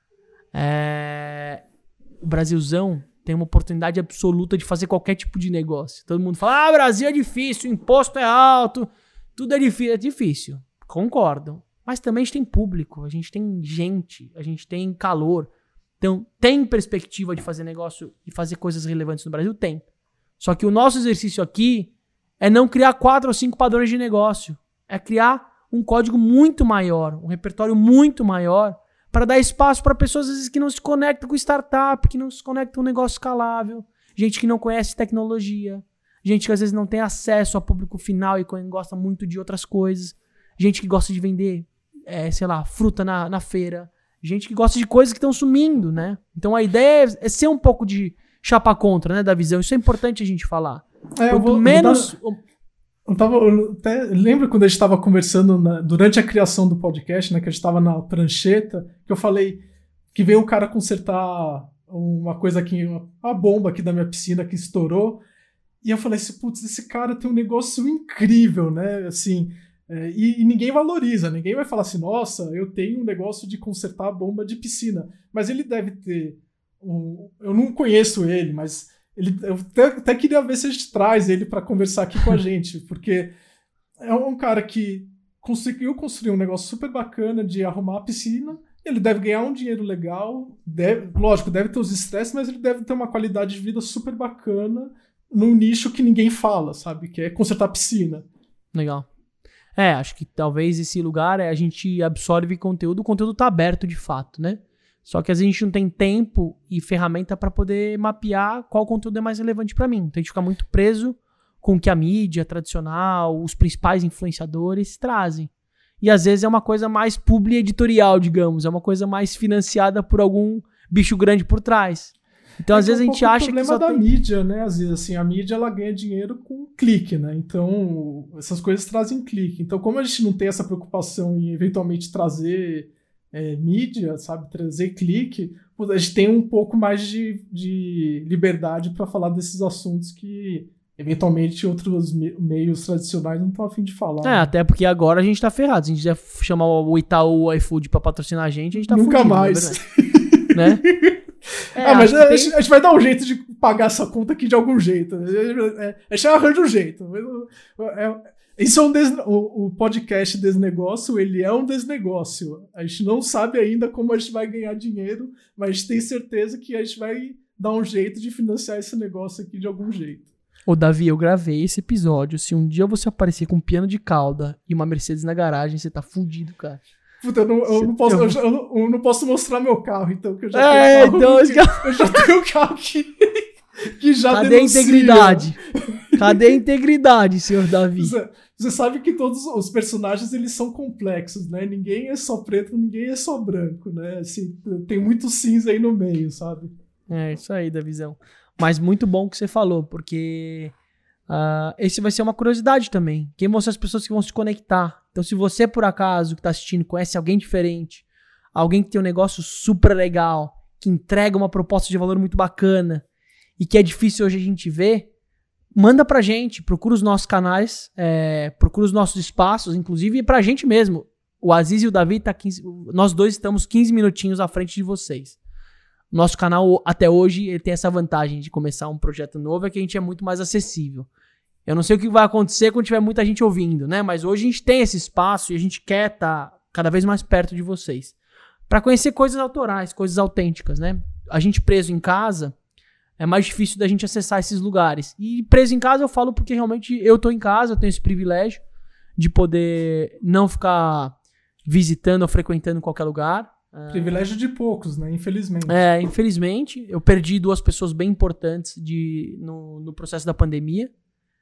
É... O Brasilzão tem uma oportunidade absoluta de fazer qualquer tipo de negócio. Todo mundo fala, ah, Brasil é difícil, o imposto é alto, tudo é difícil. É difícil, concordo. Mas também a gente tem público, a gente tem gente, a gente tem calor. Então, tem perspectiva de fazer negócio e fazer coisas relevantes no Brasil? Tem. Só que o nosso exercício aqui é não criar quatro ou cinco padrões de negócio. É criar um código muito maior, um repertório muito maior, para dar espaço para pessoas às vezes que não se conectam com startup, que não se conectam com um negócio escalável, gente que não conhece tecnologia, gente que às vezes não tem acesso ao público final e gosta muito de outras coisas, gente que gosta de vender, é, sei lá, fruta na, na feira, gente que gosta de coisas que estão sumindo, né? Então a ideia é, é ser um pouco de chapa contra, né, da visão. Isso é importante a gente falar. É, Quanto eu vou, menos... Eu tava, eu tava, eu até lembro quando a gente estava conversando na, durante a criação do podcast, né, que a gente estava na prancheta, que eu falei que veio um cara consertar uma coisa aqui, uma, uma bomba aqui da minha piscina que estourou, E eu falei assim, putz, esse cara tem um negócio incrível, né? Assim, é, e, e ninguém valoriza, ninguém vai falar assim, nossa, eu tenho um negócio de consertar a bomba de piscina. Mas ele deve ter um... Eu não conheço ele, mas ele, eu até, até queria ver se a gente traz ele para conversar aqui com a gente, porque é um cara que conseguiu construir um negócio super bacana de arrumar a piscina. Ele deve ganhar um dinheiro legal, deve, lógico, deve ter os estresses, mas ele deve ter uma qualidade de vida super bacana num nicho que ninguém fala, sabe? Que é consertar piscina. Legal. É, acho que talvez esse lugar é a gente absorve conteúdo, o conteúdo tá aberto de fato, né? Só que às vezes a gente não tem tempo e ferramenta para poder mapear qual conteúdo é mais relevante para mim. Então a gente fica muito preso com o que a mídia tradicional, os principais influenciadores trazem. E às vezes é uma coisa mais publi editorial, digamos, é uma coisa mais financiada por algum bicho grande por trás. Então, é às vezes, um a gente acha que. É o problema da tem... mídia, né? Às vezes, assim, a mídia ela ganha dinheiro com clique, né? Então, essas coisas trazem clique. Então, como a gente não tem essa preocupação em eventualmente trazer é, mídia, sabe? Trazer clique, a gente tem um pouco mais de, de liberdade para falar desses assuntos que, eventualmente, outros me- meios tradicionais não estão a fim de falar. É, né? até porque agora a gente tá ferrado. Se a gente quiser chamar o Itaú, o iFood pra patrocinar a gente, a gente tá Nunca fudido, mais. Né? É, ah, mas acho a, que gente, a gente vai dar um jeito de pagar essa conta aqui de algum jeito. É, a gente arranja um jeito. É, isso é um des, o, o podcast Desnegócio, ele é um desnegócio. A gente não sabe ainda como a gente vai ganhar dinheiro, mas a gente tem certeza que a gente vai dar um jeito de financiar esse negócio aqui de algum jeito. Ô, Davi, eu gravei esse episódio. Se um dia você aparecer com um piano de cauda e uma Mercedes na garagem, você tá fudido, cara. Puta, eu não, eu, não posso, eu, já, eu, não, eu não posso mostrar meu carro, então, que eu já É, tenho um então, carro que, eu já tenho um carro que, que já Cadê denuncia. a integridade? Cadê a integridade, senhor Davi? Você, você sabe que todos os personagens, eles são complexos, né? Ninguém é só preto, ninguém é só branco, né? Assim, tem muito cinza aí no meio, sabe? É, isso aí, Davizão. Mas muito bom que você falou, porque uh, esse vai ser uma curiosidade também. Quem vão ser as pessoas que vão se conectar? Então, se você, por acaso, que tá assistindo, conhece alguém diferente, alguém que tem um negócio super legal, que entrega uma proposta de valor muito bacana e que é difícil hoje a gente ver, manda pra gente, procura os nossos canais, é, procura os nossos espaços, inclusive pra gente mesmo. O Aziz e o Davi, tá quinze, nós dois estamos quinze minutinhos à frente de vocês. Nosso canal, até hoje, ele tem essa vantagem de começar um projeto novo, é que a gente é muito mais acessível. Eu não sei o que vai acontecer quando tiver muita gente ouvindo, né? Mas hoje a gente tem esse espaço e a gente quer estar cada vez mais perto de vocês. Para conhecer coisas autorais, coisas autênticas, né? A gente preso em casa, é mais difícil da gente acessar esses lugares. E preso em casa eu falo porque realmente eu tô em casa, eu tenho esse privilégio de poder não ficar visitando ou frequentando qualquer lugar. Privilégio de poucos, né? Infelizmente. É, infelizmente. Eu perdi duas pessoas bem importantes de, no, no processo da pandemia.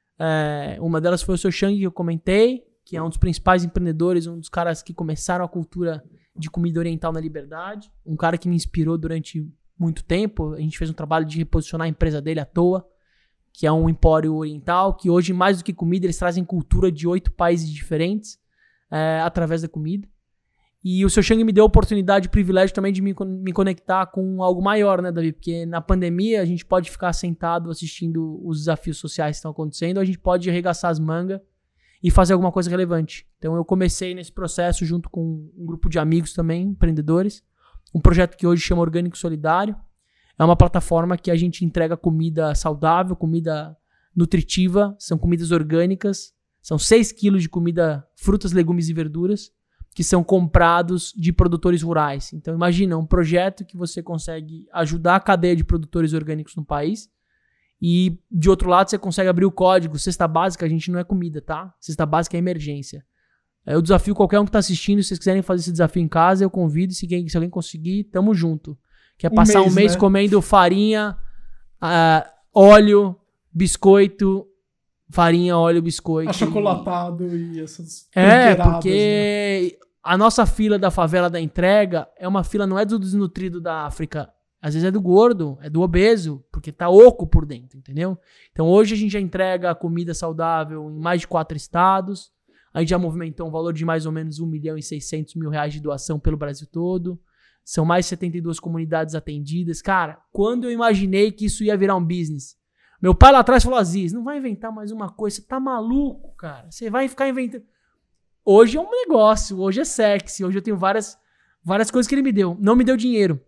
É, uma delas foi o seu Shang, que eu comentei, que é um dos principais empreendedores, um dos caras que começaram a cultura de comida oriental na Liberdade. Um cara que me inspirou durante muito tempo. A gente fez um trabalho de reposicionar a empresa dele à toa, que é um empório oriental, que hoje, mais do que comida, eles trazem cultura de oito países diferentes é, através da comida. E o seu Shang me deu a oportunidade e privilégio também de me, me conectar com algo maior, né, Davi? Porque na pandemia a gente pode ficar sentado assistindo os desafios sociais que estão acontecendo, ou a gente pode arregaçar as mangas e fazer alguma coisa relevante. Então eu comecei nesse processo junto com um grupo de amigos também, empreendedores, um projeto que hoje chama Orgânico Solidário. É uma plataforma que a gente entrega comida saudável, comida nutritiva, são comidas orgânicas, são seis quilos de comida, frutas, legumes e verduras, que são comprados de produtores rurais. Então imagina, um projeto que você consegue ajudar a cadeia de produtores orgânicos no país e de outro lado você consegue abrir o código. Cesta básica, a gente não é comida, tá? Cesta básica é emergência. Eu desafio qualquer um que tá assistindo, se vocês quiserem fazer esse desafio em casa, eu convido, se alguém, se alguém conseguir, tamo junto. Que é passar um mês, um mês né? comendo farinha, uh, óleo, biscoito, farinha, óleo, biscoito. Achocolatado e, e essas É, porque né? A nossa fila da favela da entrega é uma fila, não é do desnutrido da África, às vezes é do gordo, é do obeso, porque tá oco por dentro, entendeu? Então hoje a gente já entrega comida saudável em mais de quatro estados, a gente já movimentou um valor de mais ou menos um milhão e seiscentos mil reais de doação pelo Brasil todo, são mais de setenta e duas comunidades atendidas. Cara, quando eu imaginei que isso ia virar um business? Meu pai lá atrás falou, Aziz, não vai inventar mais uma coisa, você tá maluco, cara. Você vai ficar inventando. Hoje é um negócio, hoje é sexy, hoje eu tenho várias, várias coisas que ele me deu. Não me deu dinheiro,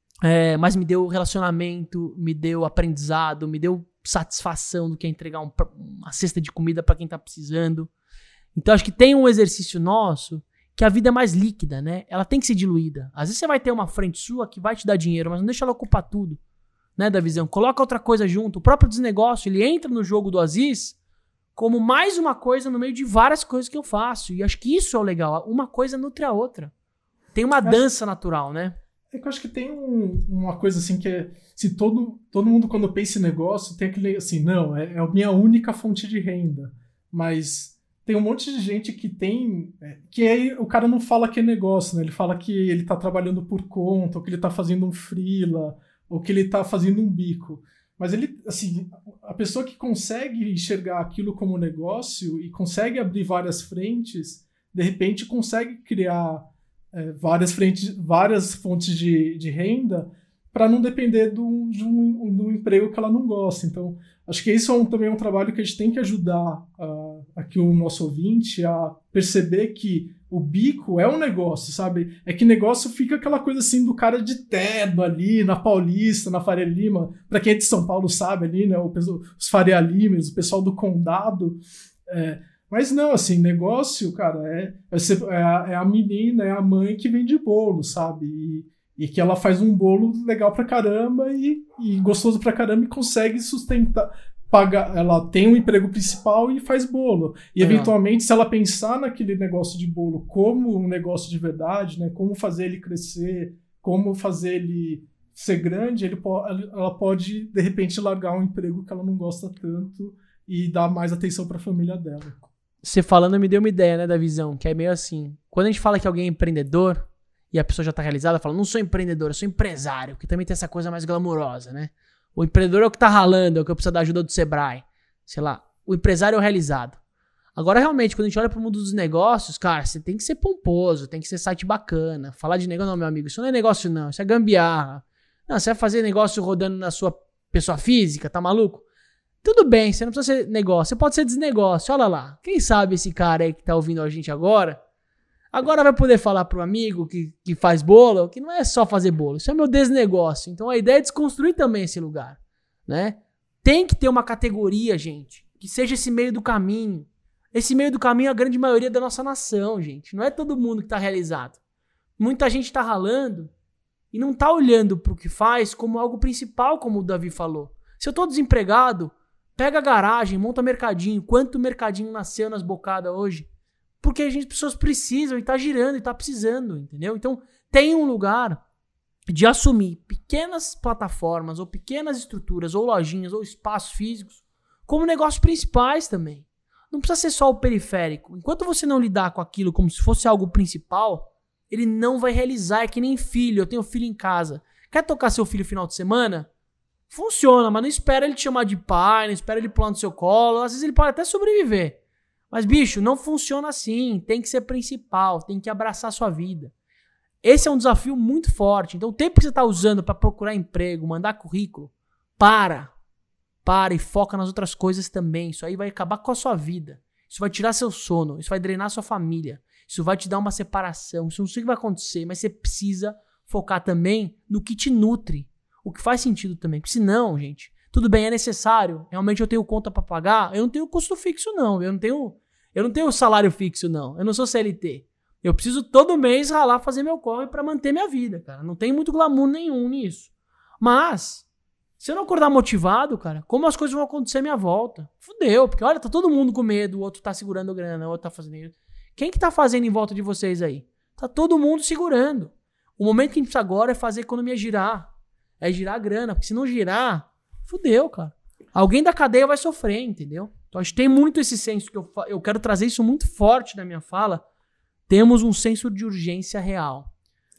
é, mas me deu relacionamento, me deu aprendizado, me deu satisfação do que é entregar um, uma cesta de comida pra quem tá precisando. Então acho que tem um exercício nosso que a vida é mais líquida, né? Ela tem que ser diluída. Às vezes você vai ter uma frente sua que vai te dar dinheiro, mas não deixa ela ocupar tudo, né, da visão. Coloca outra coisa junto. O próprio desnegócio, ele entra no jogo do Aziz como mais uma coisa no meio de várias coisas que eu faço. E acho que isso é o legal. Uma coisa nutre a outra. Tem uma dança natural, né? É que eu acho que tem um, uma coisa assim que é... Se todo, todo mundo, quando pensa em negócio, tem aquele assim, não, é, é a minha única fonte de renda. Mas tem um monte de gente que tem... É, que aí o cara não fala que é negócio, né? Ele fala que ele tá trabalhando por conta, ou que ele tá fazendo um freela, ou que ele tá fazendo um bico. Mas ele, assim, a pessoa que consegue enxergar aquilo como negócio e consegue abrir várias frentes, de repente consegue criar é, várias frentes, várias fontes de, de renda para não depender do, de, um, de um emprego que ela não gosta. Então, acho que isso é um, também é um trabalho que a gente tem que ajudar uh, aqui o nosso ouvinte a perceber que o bico é um negócio, sabe? É que negócio fica aquela coisa assim do cara de terno ali, na Paulista, na Faria Lima. Pra quem é de São Paulo sabe ali, né? O, os Faria Limas, o pessoal do Condado. É, mas não, assim, negócio, cara, é, é, ser, é, a, é a menina, é a mãe que vende bolo, sabe? E, e que ela faz um bolo legal pra caramba e, e gostoso pra caramba e consegue sustentar... Paga, ela tem um emprego principal e faz bolo. E, eventualmente, se ela pensar naquele negócio de bolo como um negócio de verdade, né, como fazer ele crescer, como fazer ele ser grande, ele po- ela pode, de repente, largar um emprego que ela não gosta tanto e dar mais atenção para a família dela. Você falando me deu uma ideia, né, da visão, que é meio assim. Quando a gente fala que alguém é empreendedor e a pessoa já tá realizada, fala, não sou empreendedor, eu sou empresário, que também tem essa coisa mais glamurosa, né? O empreendedor é o que tá ralando, é o que precisa da ajuda do Sebrae. Sei lá, o empresário é o realizado. Agora, realmente, quando a gente olha pro mundo dos negócios, cara, você tem que ser pomposo, tem que ser site bacana. Falar de negócio, não, meu amigo, isso não é negócio não, isso é gambiarra. Não, você vai fazer negócio rodando na sua pessoa física, tá maluco? Tudo bem, você não precisa ser negócio, você pode ser desnegócio, olha lá. Quem sabe esse cara aí que tá ouvindo a gente agora, agora vai poder falar pro amigo que, que faz bolo, que não é só fazer bolo, isso é meu desnegócio. Então a ideia é desconstruir também esse lugar, né? Tem que ter uma categoria, gente, que seja esse meio do caminho. Esse meio do caminho é a grande maioria da nossa nação, gente. Não é todo mundo que tá realizado. Muita gente tá ralando e não tá olhando pro que faz como algo principal, como o Davi falou. Se eu tô desempregado, pega a garagem, monta mercadinho. Quanto mercadinho nasceu nas bocadas hoje? Porque as pessoas precisam e tá girando e tá precisando, entendeu? Então, tem um lugar de assumir pequenas plataformas ou pequenas estruturas ou lojinhas ou espaços físicos como negócios principais também. Não precisa ser só o periférico. Enquanto você não lidar com aquilo como se fosse algo principal, ele não vai realizar. É que nem filho. Eu tenho filho em casa. Quer tocar seu filho no final de semana? Funciona, mas não espera ele te chamar de pai, não espera ele pular no seu colo. Às vezes ele pode até sobreviver. Mas, bicho, não funciona assim. Tem que ser principal, tem que abraçar a sua vida. Esse é um desafio muito forte. Então, o tempo que você está usando para procurar emprego, mandar currículo, para. Para e foca nas outras coisas também. Isso aí vai acabar com a sua vida. Isso vai tirar seu sono. Isso vai drenar sua família. Isso vai te dar uma separação. Isso não sei o que vai acontecer, mas você precisa focar também no que te nutre. O que faz sentido também. Porque senão, gente, tudo bem, é necessário. Realmente eu tenho conta para pagar. Eu não tenho custo fixo, não. Eu não tenho, eu não tenho salário fixo, não. Eu não sou C L T. Eu preciso todo mês ralar, fazer meu corre para manter minha vida, cara. Não tem muito glamour nenhum nisso. Mas, se eu não acordar motivado, cara, como as coisas vão acontecer à minha volta? Fudeu, porque olha, tá todo mundo com medo, o outro tá segurando grana, o outro tá fazendo isso. Quem que tá fazendo em volta de vocês aí? Tá todo mundo segurando. O momento que a gente precisa agora é fazer a economia girar. É girar a grana, porque se não girar, fudeu, cara. Alguém da cadeia vai sofrer, entendeu? Então acho que tem muito esse senso, que eu, eu quero trazer isso muito forte na minha fala. Temos um senso de urgência real.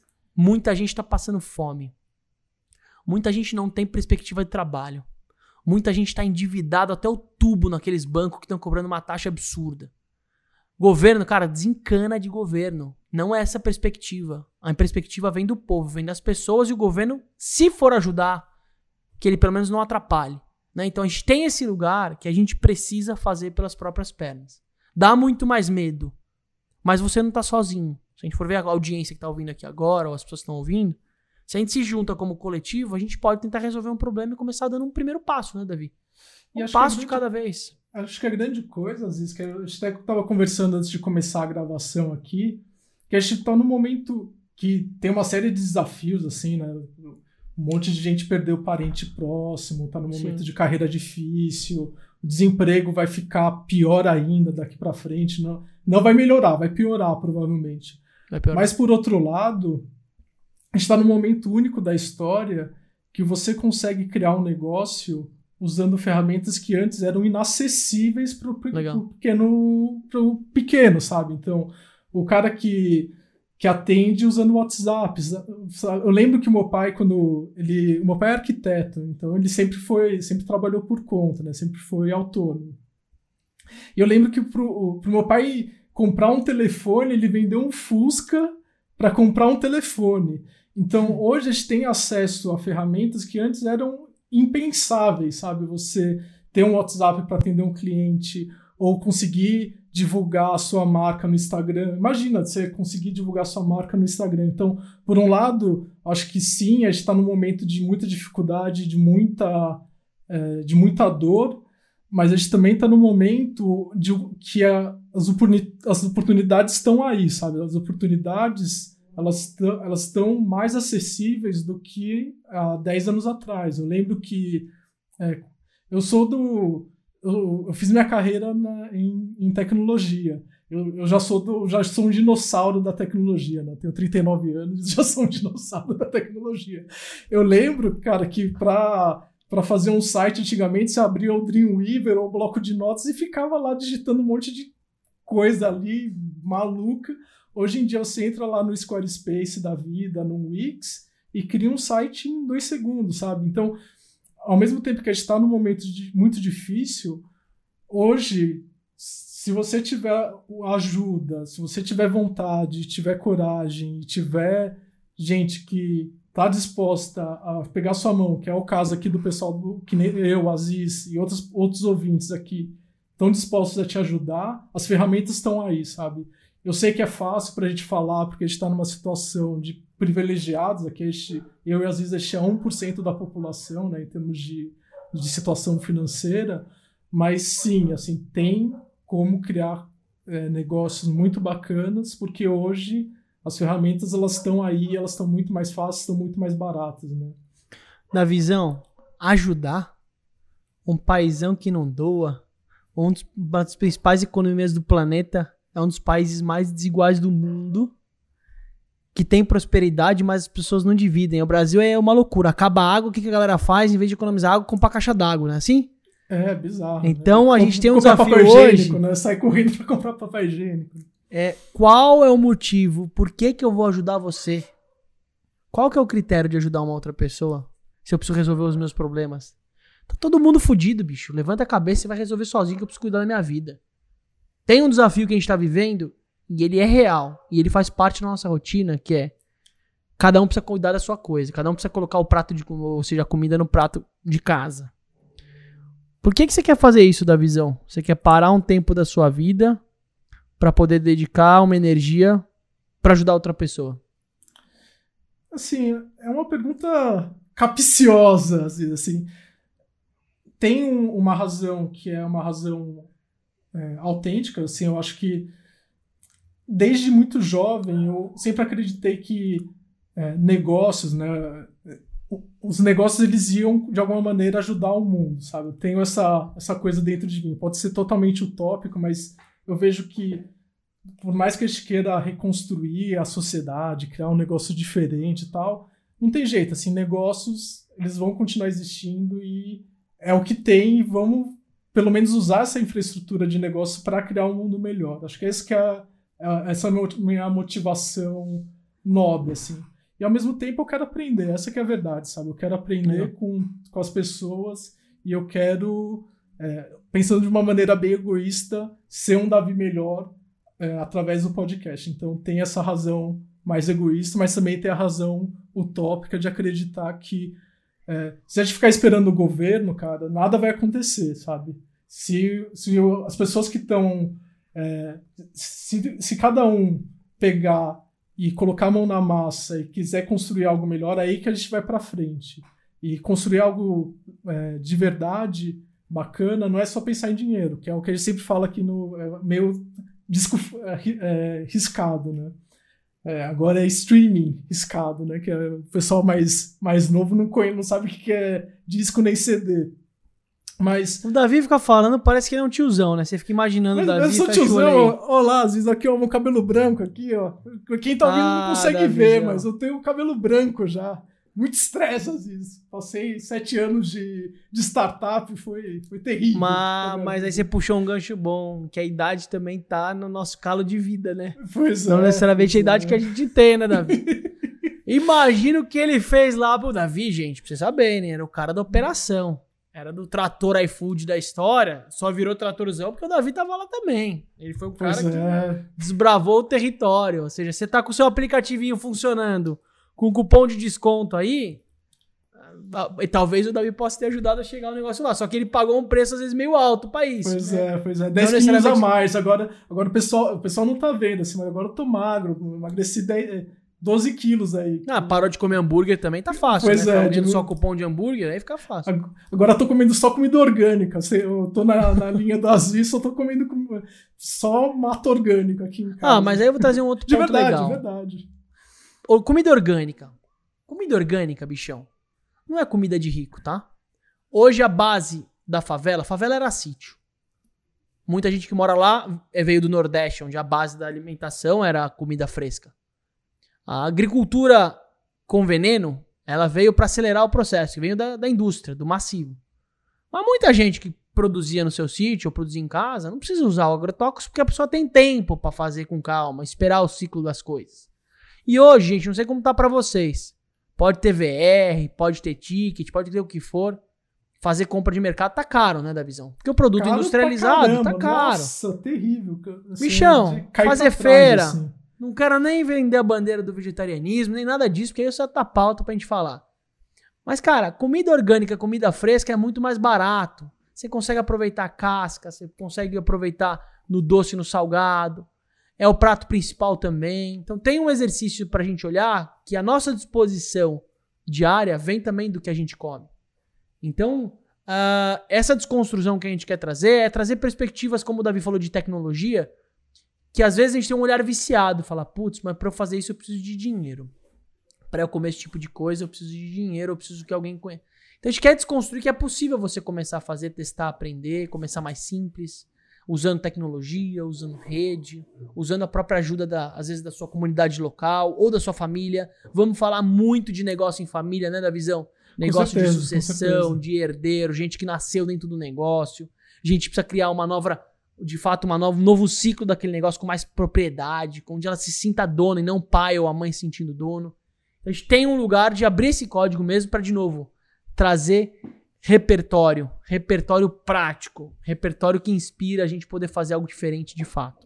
Muita gente tá passando fome. Muita gente não tem perspectiva de trabalho. Muita gente está endividado até o tubo naqueles bancos que estão cobrando uma taxa absurda. Governo, cara, desencana de governo. Não é essa a perspectiva. A perspectiva vem do povo, vem das pessoas, e o governo, se for ajudar, que ele pelo menos não atrapalhe. Né? Então a gente tem esse lugar que a gente precisa fazer pelas próprias pernas. Dá muito mais medo, mas você não tá sozinho. Se a gente for ver a audiência que tá ouvindo aqui agora, ou as pessoas que estão ouvindo, se a gente se junta como coletivo, a gente pode tentar resolver um problema e começar dando um primeiro passo, né, Davi? Um passo de cada vez. Acho que a grande coisa, às vezes, que a gente até estava conversando antes de começar a gravação aqui, que a gente está num momento que tem uma série de desafios, assim, né? Um monte de gente perdeu parente próximo, está num momento Sim. de carreira difícil, o desemprego vai ficar pior ainda daqui para frente, não, não vai melhorar, vai piorar provavelmente. Vai piorar. Mas, por outro lado, a gente está num momento único da história que você consegue criar um negócio usando ferramentas que antes eram inacessíveis para o pequeno, pro pequeno, sabe? Então, o cara que, que atende usando o WhatsApp. Eu lembro que o meu pai, quando ele... O meu pai é arquiteto, então ele sempre foi, sempre trabalhou por conta, né? Sempre foi autônomo. E eu lembro que para o meu pai comprar um telefone, ele vendeu um Fusca para comprar um telefone. Então, hoje a gente tem acesso a ferramentas que antes eram impensáveis, sabe? Você ter um WhatsApp para atender um cliente ou conseguir divulgar a sua marca no Instagram. Imagina você conseguir divulgar a sua marca no Instagram. Então, por um lado, acho que sim, a gente está num momento de muita dificuldade, de muita, é, de muita dor, mas a gente também está num momento de que a, as, oportuni- as oportunidades estão aí, sabe? As oportunidades elas elas estão mais acessíveis do que há dez anos atrás. Eu lembro que é, eu sou do... Eu, eu fiz minha carreira na, em, em tecnologia. Eu, eu já, sou do, já sou um dinossauro da tecnologia, né? Eu tenho trinta e nove anos e já sou um dinossauro da tecnologia. Eu lembro, cara, que para para fazer um site antigamente você abria o Dreamweaver ou o bloco de notas e ficava lá digitando um monte de coisa ali maluca. Hoje em dia você entra lá no Squarespace da vida, no Wix, e cria um site em dois segundos, sabe? Então, ao mesmo tempo que a gente está num momento de, muito difícil, hoje, se você tiver ajuda, se você tiver vontade, tiver coragem, tiver gente que está disposta a pegar sua mão, que é o caso aqui do pessoal, do, que nem eu, Aziz e outros, outros ouvintes aqui, estão dispostos a te ajudar, as ferramentas estão aí, sabe? Eu sei que é fácil para a gente falar, porque a gente está numa situação de privilegiados, aqui a gente, eu e Aziz, a gente é um por cento da população, né, em termos de, de situação financeira, mas sim, assim, tem como criar é, negócios muito bacanas, porque hoje as ferramentas elas estão aí, elas estão muito mais fáceis, estão muito mais baratas, né? Na visão, ajudar um paizão que não doa, um dos, uma das principais economias do planeta, é um dos países mais desiguais do mundo, que tem prosperidade, mas as pessoas não dividem. O Brasil é uma loucura. Acaba a água, o que a galera faz? Em vez de economizar água, compra caixa d'água, não é assim? É, bizarro. Então, né? a gente Com, tem um comprar desafio papel hoje... higiênico, né? Sai correndo pra comprar papel higiênico. É, qual é o motivo? Por que que eu vou ajudar você? Qual que é o critério de ajudar uma outra pessoa? Se eu preciso resolver os meus problemas? Tá todo mundo fudido, bicho. Levanta a cabeça e vai resolver sozinho, que eu preciso cuidar da minha vida. Tem um desafio que a gente tá vivendo e ele é real. E ele faz parte da nossa rotina, que é cada um precisa cuidar da sua coisa. Cada um precisa colocar o prato de, ou seja, a comida no prato de casa. Por que que você quer fazer isso, da visão? Você quer parar um tempo da sua vida para poder dedicar uma energia para ajudar outra pessoa? Assim, é uma pergunta capciosa, assim. Tem um, uma razão que é uma razão é, autêntica, assim, eu acho que desde muito jovem eu sempre acreditei que é, negócios, né, os negócios eles iam de alguma maneira ajudar o mundo, sabe? Eu tenho essa, essa coisa dentro de mim. Pode ser totalmente utópico, mas eu vejo que por mais que a gente queira reconstruir a sociedade, criar um negócio diferente e tal, não tem jeito, assim, negócios eles vão continuar existindo e é o que tem e vamos pelo menos usar essa infraestrutura de negócio para criar um mundo melhor. Acho que esse que é, é essa é a minha motivação nobre, assim. E ao mesmo tempo eu quero aprender, essa que é a verdade, sabe? Eu quero aprender uhum. com, com as pessoas e eu quero, é, pensando de uma maneira bem egoísta, ser um Davi melhor é, através do podcast. Então tem essa razão mais egoísta, mas também tem a razão utópica de acreditar que É, se a gente ficar esperando o governo, cara, nada vai acontecer, sabe? Se, se o, as pessoas que estão... É, se, se cada um pegar e colocar a mão na massa e quiser construir algo melhor, aí que a gente vai para frente. E construir algo é, de verdade, bacana, não é só pensar em dinheiro, que é o que a gente sempre fala aqui no... É, meio disco, é, é, riscado, né? É, agora é streaming riscado, né? Que é, o pessoal mais, mais novo não, conhece, não sabe o que é disco nem C D. Mas... O Davi fica falando, parece que ele é um tiozão, né? Você fica imaginando o Davi. Eu sou tiozão, olá, às vezes aqui, ó, meu cabelo branco aqui, ó. Quem tá ouvindo ah, não consegue Davi, ver, mas eu tenho cabelo branco já. Muito estresse, às vezes. Passei sete anos de, de startup, foi, foi terrível. Mas, mas aí você puxou um gancho bom, que a idade também tá no nosso calo de vida, né? Pois Não é, necessariamente a idade é. que a gente tem, né, Davi? Imagina o que ele fez lá pro Davi, gente, pra vocês saberem, era o cara da operação. Era do trator iFood da história, só virou tratorzão porque o Davi tava lá também. Ele foi o cara pois que é. desbravou o território. Ou seja, você tá com o seu aplicativinho funcionando, com cupom de desconto aí, e talvez o Davi possa ter ajudado a chegar o negócio lá. Só que ele pagou um preço, às vezes, meio alto pra isso. Pois né? é, pois é. dez quilos necessariamente... a mais. Agora, agora o, pessoal, o pessoal não tá vendo, assim, mas agora eu tô magro, emagreci dez, doze quilos aí. Ah, parou de comer hambúrguer também, tá fácil, pois né? é. Tá vendendo de... só cupom de hambúrguer, aí fica fácil. Agora eu tô comendo só comida orgânica. Eu tô na, na linha do Aziz, só tô comendo com... só mata orgânica aqui em casa. Ah, mas aí eu vou trazer um outro de ponto verdade, legal. De verdade, Comida orgânica. Comida orgânica, bichão, não é comida de rico, tá? Hoje a base da favela, favela era sítio. Muita gente que mora lá veio do Nordeste, onde a base da alimentação era a comida fresca. A agricultura com veneno, ela veio para acelerar o processo, que veio da, da indústria, do massivo. Mas muita gente que produzia no seu sítio ou produzia em casa, não precisa usar o agrotóxico porque a pessoa tem tempo para fazer com calma, esperar o ciclo das coisas. E hoje, gente, não sei como tá para vocês. Pode ter V R, pode ter ticket, pode ter o que for. Fazer compra de mercado tá caro, né, Davizão? Porque o produto caro industrializado tá caro. Nossa, terrível. Assim, bichão, fazer trás, feira. Assim. Não quero nem vender a bandeira do vegetarianismo, nem nada disso, porque aí só tá pauta pra gente falar. Mas, cara, comida orgânica, comida fresca é muito mais barato. Você consegue aproveitar a casca, você consegue aproveitar no doce e no salgado. É o prato principal também. Então tem um exercício pra gente olhar que a nossa disposição diária vem também do que a gente come. Então, uh, essa desconstrução que a gente quer trazer é trazer perspectivas, como o Davi falou, de tecnologia, que às vezes a gente tem um olhar viciado. Fala, putz, mas pra eu fazer isso eu preciso de dinheiro. Pra eu comer esse tipo de coisa eu preciso de dinheiro, eu preciso que alguém conheça. Então a gente quer desconstruir que é possível você começar a fazer, testar, aprender, começar mais simples, usando tecnologia, usando rede, usando a própria ajuda, da, às vezes, da sua comunidade local ou da sua família. Vamos falar muito de negócio em família, né, Davizão? Negócio certeza, de sucessão, de herdeiro, gente que nasceu dentro do negócio. A gente precisa criar uma nova, de fato, uma nova, um novo ciclo daquele negócio com mais propriedade, onde ela se sinta dona e não o pai ou a mãe se sentindo dono. A gente tem um lugar de abrir esse código mesmo para, de novo, trazer repertório, repertório prático, repertório que inspira a gente poder fazer algo diferente de fato.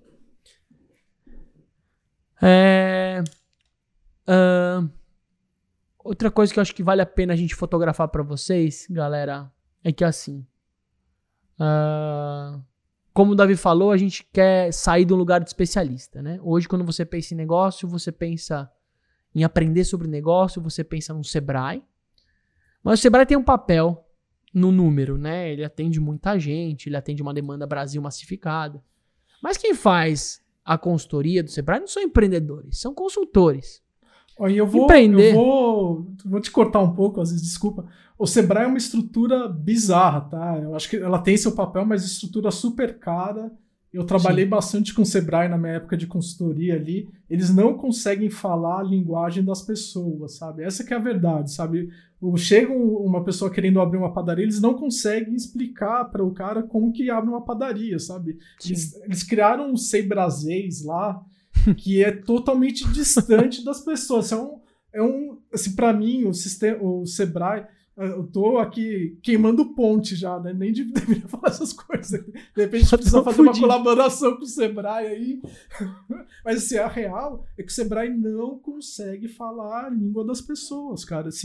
É... Uh... Outra coisa que eu acho que vale a pena a gente fotografar pra vocês, galera, é que assim, uh, como o Davi falou, a gente quer sair de um lugar de especialista, né? Hoje, quando você pensa em negócio, você pensa em aprender sobre negócio, você pensa no Sebrae. Mas o Sebrae tem um papel no número, né? Ele atende muita gente, ele atende uma demanda Brasil massificada. Mas quem faz a consultoria do Sebrae não são empreendedores, são consultores. Olha, eu vou, eu vou, vou te cortar um pouco, às vezes, desculpa. O Sebrae é uma estrutura bizarra, tá? Eu acho que ela tem seu papel, mas estrutura super cara. Eu trabalhei Sim. bastante com o Sebrae na minha época de consultoria ali. Eles não conseguem falar a linguagem das pessoas, sabe? Essa que é a verdade, sabe? Chega uma pessoa querendo abrir uma padaria, eles não conseguem explicar para o cara como que abre uma padaria, sabe? Eles, eles criaram um Sebrasês lá, que é totalmente distante das pessoas. É um, é um assim, para mim, o, sistema, o Sebrae, eu tô aqui queimando ponte já, né? Nem deveria falar essas coisas. De repente a gente precisa fazer fudido. Uma colaboração com o Sebrae aí. Mas assim, a real é que o Sebrae não consegue falar a língua das pessoas, cara. Assim,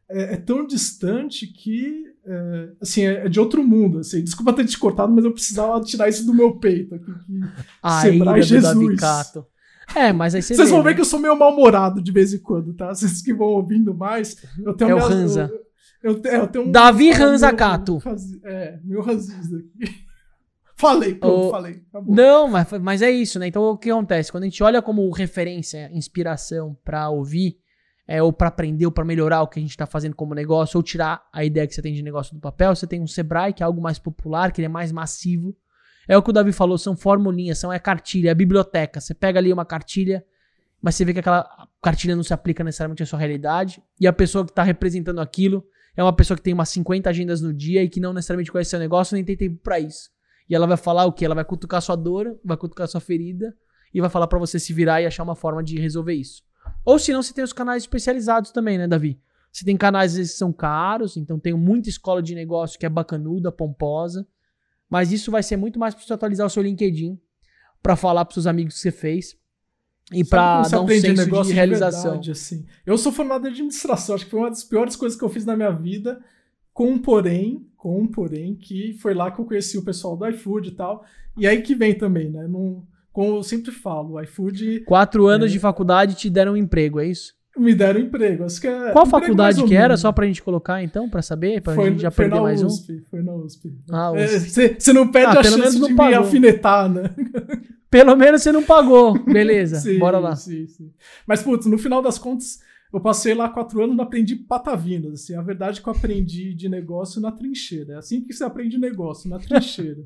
é, é tão distante que, é, assim, é, é de outro mundo. Assim. Desculpa ter te cortado, mas eu precisava tirar isso do meu peito. Aqui, que a Sebrae ira do Jesus. Davi Cato. É, mas aí você Vocês vê, vão ver né? que eu sou meio mal-humorado de vez em quando, tá? Vocês que vão ouvindo mais, eu tenho É o minhas- Hansa. Eu, eu, eu tenho um... Davi meu- Hansa Cato. É, meu ranzinza aqui. Falei, pronto, O- falei. Acabou. Não, mas, mas é isso, né? Então o que acontece? Quando a gente olha como referência, inspiração pra ouvir, é, ou pra aprender, ou pra melhorar o que a gente tá fazendo como negócio, ou tirar a ideia que você tem de negócio do papel, você tem um Sebrae, que é algo mais popular, que ele é mais massivo. É o que o Davi falou, são formulinhas, são é cartilha, é biblioteca. Você pega ali uma cartilha, mas você vê que aquela cartilha não se aplica necessariamente à sua realidade, e a pessoa que tá representando aquilo é uma pessoa que tem umas cinquenta agendas no dia e que não necessariamente conhece seu negócio, nem tem tempo pra isso. E ela vai falar o quê? Ela vai cutucar sua dor, vai cutucar sua ferida e vai falar pra você se virar e achar uma forma de resolver isso. Ou se não, você tem os canais especializados também, né, Davi? Você tem canais às vezes que são caros, então tem muita escola de negócio que é bacanuda, pomposa, mas isso vai ser muito mais pra você atualizar o seu LinkedIn, pra falar pros seus amigos que você fez e Sabe pra como você dar um aprende senso negócio de realização. verdade, assim? Eu sou formado em administração, acho que foi uma das piores coisas que eu fiz na minha vida, com um porém, com um porém, que foi lá que eu conheci o pessoal do iFood e tal. E aí que vem também, né? Não, como eu sempre falo, o iFood Quatro anos É. de faculdade te deram um emprego, é isso? me deram emprego. Acho que é Qual emprego faculdade mais ou que era? menos. Só pra gente colocar então, pra saber, pra Foi, gente já foi perder na mais U um? S P, foi na U S P. Ah, U É, S P. Você você não perde Ah, a pelo menos chance não de me pagou. alfinetar, né? Pelo menos você não pagou. Beleza, Sim, bora lá. Sim, sim. Mas, putz, no final das contas, eu passei lá quatro anos e não aprendi patavinas. Assim, a verdade é que eu aprendi de negócio na trincheira. É assim que você aprende negócio, na trincheira.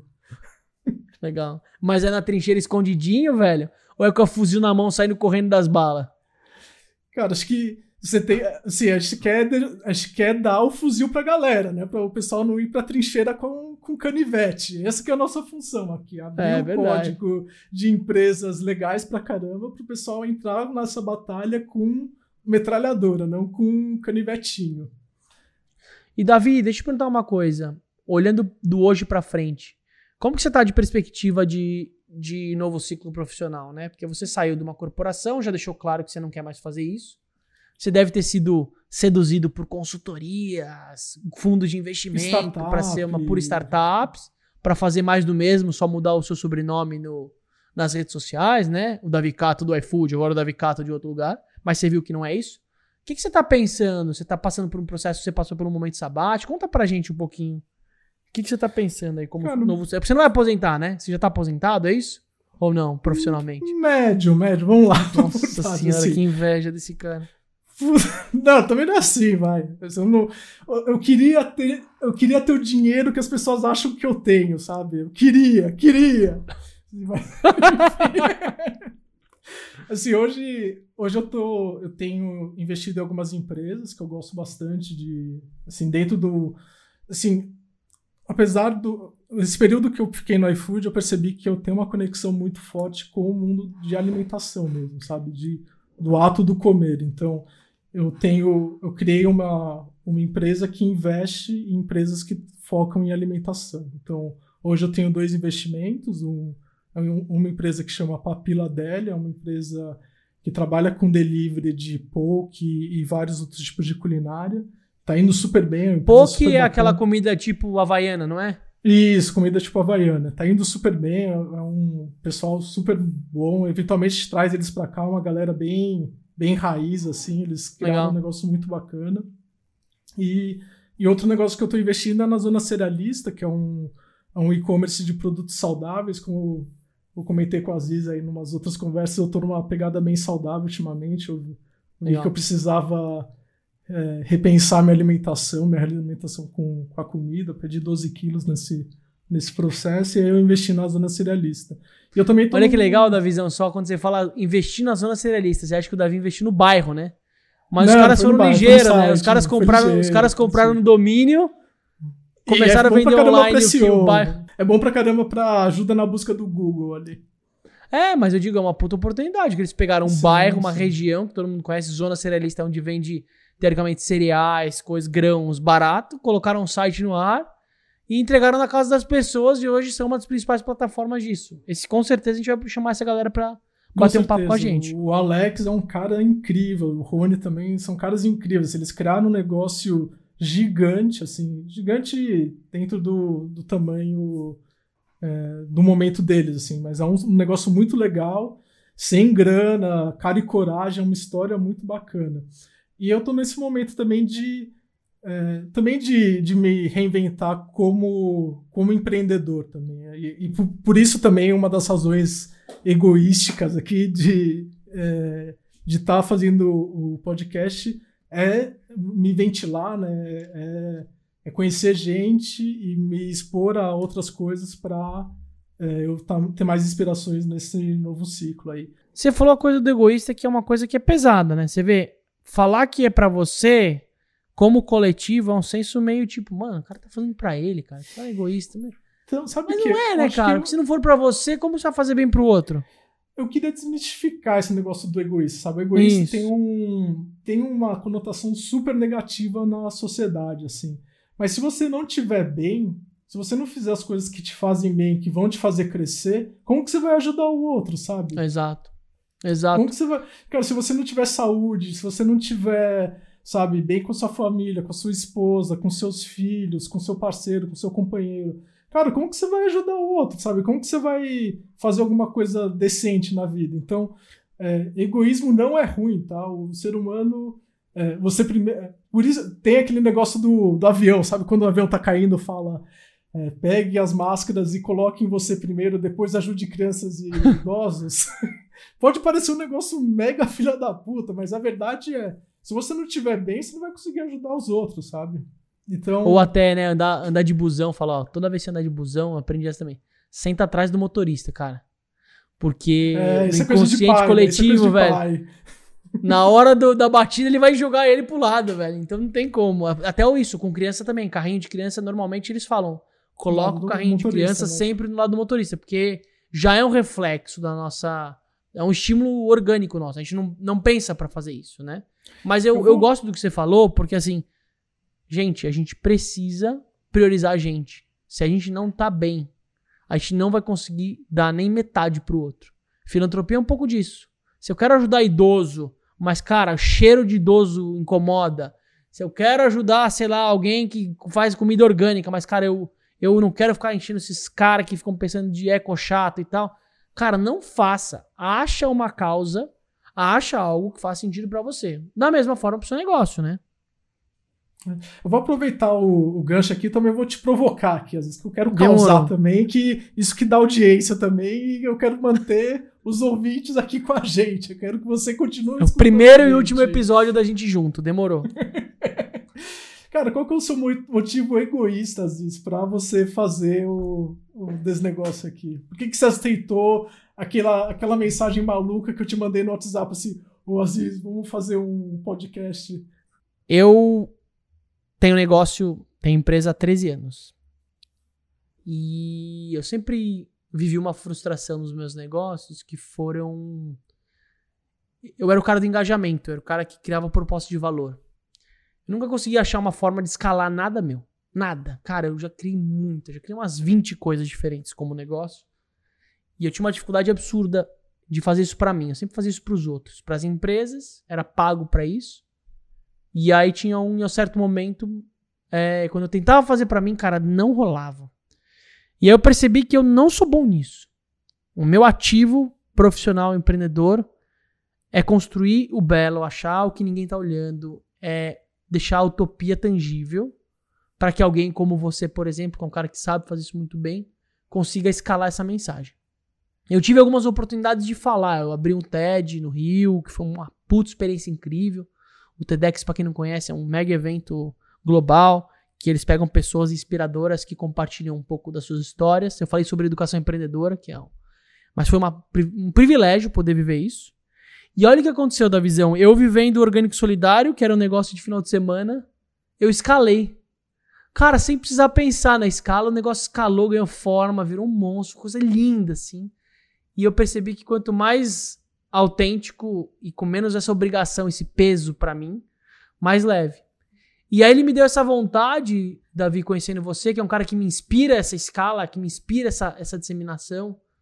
Legal. Mas é na trincheira escondidinho, velho? Ou é com o fuzil na mão saindo correndo das balas? Cara, acho que você tem. Assim, a gente quer, a gente quer dar o fuzil pra galera, né? Para o pessoal não ir pra trincheira com, com canivete. Essa que é a nossa função aqui. Abrir É, o verdade. código de empresas legais pra caramba pro pessoal entrar nessa batalha com metralhadora, não com canivetinho. E Davi, deixa eu perguntar uma coisa. Olhando do hoje pra frente, como que você tá de perspectiva de, de novo ciclo profissional, né? Porque você saiu de uma corporação, já deixou claro que você não quer mais fazer isso. Você deve ter sido seduzido por consultorias, fundos de investimento, para ser uma pura startups, para fazer mais do mesmo, só mudar o seu sobrenome no, nas redes sociais, né? O Davi Cato do iFood, agora o Davi Cato de outro lugar. Mas você viu que não é isso? O que, que você tá pensando? Você tá passando por um processo, você passou por um momento sabático? Conta pra gente um pouquinho. O que, que você tá pensando aí como Cara, novo... Você não vai aposentar, né? Você já tá aposentado, é isso? Ou não, profissionalmente? Médio, médio, vamos lá. Nossa Vamos senhora, assim. que inveja desse cara. Não, também não é assim, vai. Eu, não, eu, queria ter, eu queria ter o dinheiro que as pessoas acham que eu tenho, sabe? Eu queria, queria. Assim, hoje, hoje eu, tô, eu tenho investido em algumas empresas que eu gosto bastante de... Assim, dentro do... Assim, apesar do... Esse período que eu fiquei no iFood, eu percebi que eu tenho uma conexão muito forte com o mundo de alimentação mesmo, sabe? De, do ato do comer. Então, eu tenho... Eu criei uma, uma empresa que investe em empresas que focam em alimentação. Então, hoje eu tenho dois investimentos, um... uma empresa que chama Papila Deli, é uma empresa que trabalha com delivery de poke e vários outros tipos de culinária. Tá indo super bem. Poke é aquela comida tipo havaiana, não é? Isso, comida tipo havaiana. Tá indo super bem, é um pessoal super bom. Eventualmente traz eles pra cá, uma galera bem, bem raiz, assim. Eles criaram Legal. um negócio muito bacana. E, e outro negócio que eu tô investindo é na Zona Cerealista, que é um, é um e-commerce de produtos saudáveis, como eu comentei com a Aziz aí em umas outras conversas. Eu tô numa pegada bem saudável ultimamente. Eu vi Legal. que eu precisava é, repensar minha alimentação, minha alimentação com, com a comida. Eu perdi doze quilos nesse, nesse processo e aí eu investi na Zona Cerealista. E eu também tô Olha no... que legal da visão só, quando você fala investir na zona cerealista, você acha que o Davi investiu no bairro, né? Mas Não, os caras foi no foram bairro, ligeiros, foi no né? site, Os caras foi compraram, ligeiro, os caras compraram sim. no domínio, E começaram é a bom vender pra caramba online pra o S E que O. o bairro... É bom pra caramba pra ajuda na busca do Google ali. É, mas eu digo, é uma puta oportunidade, que eles pegaram um Sim, bairro, uma sim. região, que todo mundo conhece, zona cerealista, onde vende, teoricamente, cereais, coisas, grãos, barato, colocaram um site no ar e entregaram na casa das pessoas e hoje são uma das principais plataformas disso. Esse, com certeza a gente vai chamar essa galera pra, bater um papo com a gente. O Alex é um cara incrível, o Rony também são caras incríveis. Eles criaram um negócio gigante, assim, gigante dentro do, do tamanho é, do momento deles, assim, mas é um, um negócio muito legal, sem grana, cara e coragem, é uma história muito bacana. E eu tô nesse momento também de É, também de, de me reinventar como, como empreendedor também. E, e por, por isso também uma das razões egoísticas aqui de é, de estar tá fazendo o podcast é me ventilar, né? É, é conhecer gente e me expor a outras coisas para é, eu tá, ter mais inspirações nesse novo ciclo aí. Você falou a coisa do egoísta, que é uma coisa que é pesada, né? Você vê, falar que é para você... Como coletivo, é um senso meio tipo, mano, o cara tá fazendo pra ele, cara. Você é egoísta, né? Então, sabe Mas que não é, né, cara? eu... Porque se não for pra você, como você vai fazer bem pro outro? Eu queria desmistificar esse negócio do egoísta, sabe? O egoísta tem, um, tem uma conotação super negativa na sociedade, assim. Mas se você não estiver bem, se você não fizer as coisas que te fazem bem, que vão te fazer crescer, como que você vai ajudar o outro, sabe? Exato. Exato. Como que você vai... Cara, se você não tiver saúde, se você não tiver... sabe, bem com sua família, com a sua esposa, com seus filhos, com seu parceiro, com seu companheiro. Cara, como que você vai ajudar o outro, sabe? Como que você vai fazer alguma coisa decente na vida? Então, é, egoísmo não é ruim, tá? O ser humano, é, você primeiro... Por isso, tem aquele negócio do, do avião, sabe? Quando o avião tá caindo, fala... É, pegue as máscaras e coloque em você primeiro, depois ajude crianças e idosos. Pode parecer um negócio mega filha da puta, mas a verdade é... Se você não estiver bem, você não vai conseguir ajudar os outros, sabe? Então... Ou até, né, andar, andar de busão, falar, ó, toda vez que você andar de busão, eu aprendi essa também. Senta atrás do motorista, cara. Porque é, no isso inconsciente é coisa de pai, coletivo, né? velho, pai. na hora do, da batida ele vai jogar ele pro lado, velho. Então não tem como. Até isso, com criança também. Carrinho de criança, normalmente eles falam, coloca o carrinho de criança, né? Sempre no lado do motorista, porque já é um reflexo da nossa... É um estímulo orgânico nosso. A gente não, não pensa pra fazer isso, né? Mas eu, eu, vou... eu gosto do que você falou, porque assim, gente, a gente precisa priorizar a gente. Se a gente não tá bem, a gente não vai conseguir dar nem metade pro outro. Filantropia é um pouco disso. Se eu quero ajudar idoso, mas, cara, o cheiro de idoso incomoda. Se eu quero ajudar, sei lá, alguém que faz comida orgânica, mas, cara, eu, eu não quero ficar enchendo esses caras que ficam pensando de eco chato e tal. Cara, não faça. Acha uma causa, acha algo que faça sentido pra você. Da mesma forma pro seu negócio, né? Eu vou aproveitar o, o gancho aqui, também vou te provocar aqui, às vezes que eu quero causar Demorou. também, que isso que dá audiência também, e eu quero manter os ouvintes aqui com a gente. Eu quero que você continue. É o primeiro e último episódio da gente junto, demorou. Cara, qual que é o seu motivo egoísta, Aziz, pra você fazer o, o desnegócio aqui? Por que, que você aceitou aquela, aquela mensagem maluca que eu te mandei no WhatsApp, assim, ô Aziz, vamos fazer um podcast? Eu tenho negócio, tenho empresa há treze anos. E eu sempre vivi uma frustração nos meus negócios que foram... Eu era o cara do engajamento, eu era o cara que criava proposta de valor. Eu nunca consegui achar uma forma de escalar nada meu. Nada. Cara, eu já criei muita. Já criei umas vinte coisas diferentes como negócio. E eu tinha uma dificuldade absurda de fazer isso pra mim. Eu sempre fazia isso pros outros. Pras empresas, era pago pra isso. E aí tinha um, em um certo momento, é, quando eu tentava fazer pra mim, cara, não rolava. E aí eu percebi que eu não sou bom nisso. O meu ativo profissional empreendedor é construir o belo, achar o que ninguém tá olhando, é deixar a utopia tangível para que alguém como você, por exemplo, que é um cara que sabe fazer isso muito bem, consiga escalar essa mensagem. Eu tive algumas oportunidades de falar. Eu abri um TED no Rio, que foi uma puta experiência incrível. O TEDx, para quem não conhece, é um mega evento global, que eles pegam pessoas inspiradoras que compartilham um pouco das suas histórias. Eu falei sobre educação empreendedora, que é um... Mas foi uma, um privilégio poder viver isso. E olha o que aconteceu da visão. Eu vivendo o Orgânico Solidário, que era um negócio de final de semana, eu escalei. Cara, sem precisar pensar na escala, o negócio escalou, ganhou forma, virou um monstro, coisa linda, assim. E eu percebi que quanto mais autêntico e com menos essa obrigação, esse peso pra mim, mais leve. E aí ele me deu essa vontade, Davi, conhecendo você, que é um cara que me inspira essa escala, que me inspira essa, essa disseminação,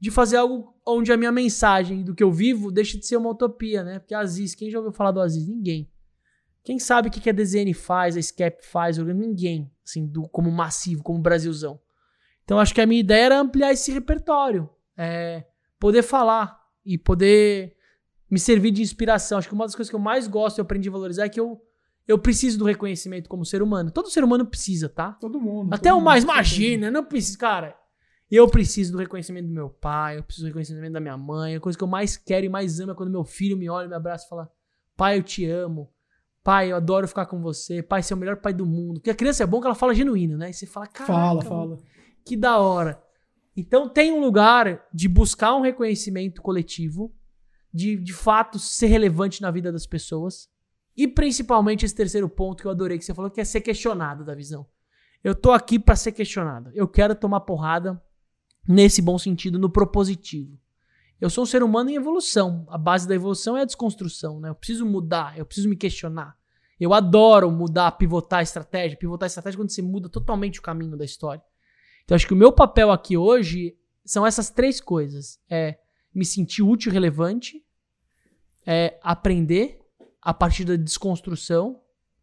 de fazer algo onde a minha mensagem do que eu vivo deixa de ser uma utopia, né? Porque a Aziz, quem já ouviu falar do Aziz? Ninguém. Quem sabe o que a D Z N faz, a Scap faz? Ninguém, assim, do, como massivo, como Brasilzão. Então, acho que a minha ideia era ampliar esse repertório. É, poder falar e poder me servir de inspiração. Acho que uma das coisas que eu mais gosto e aprendi a valorizar é que eu, eu preciso do reconhecimento como ser humano. Todo ser humano precisa, tá? Todo mundo. Até todo o mais, mundo, imagina, não precisa, cara. Eu preciso do reconhecimento do meu pai, eu preciso do reconhecimento da minha mãe. A coisa que eu mais quero e mais amo é quando meu filho me olha, me abraça e fala: pai, eu te amo. Pai, eu adoro ficar com você. Pai, você é o melhor pai do mundo. Porque a criança é bom que ela fala genuíno, né? E você fala, cara, fala, fala. Que da hora. Então tem um lugar de buscar um reconhecimento coletivo, de de fato ser relevante na vida das pessoas. E principalmente esse terceiro ponto que eu adorei que você falou, que é ser questionado da visão. Eu tô aqui pra ser questionado. Eu quero tomar porrada nesse bom sentido, no propositivo. Eu sou um ser humano em evolução. A base da evolução é a desconstrução, né? Eu preciso mudar, eu preciso me questionar. Eu adoro mudar, pivotar a estratégia. Pivotar a estratégia é quando você muda totalmente o caminho da história. Então acho que o meu papel aqui hoje são essas três coisas. É me sentir útil e relevante, é aprender a partir da desconstrução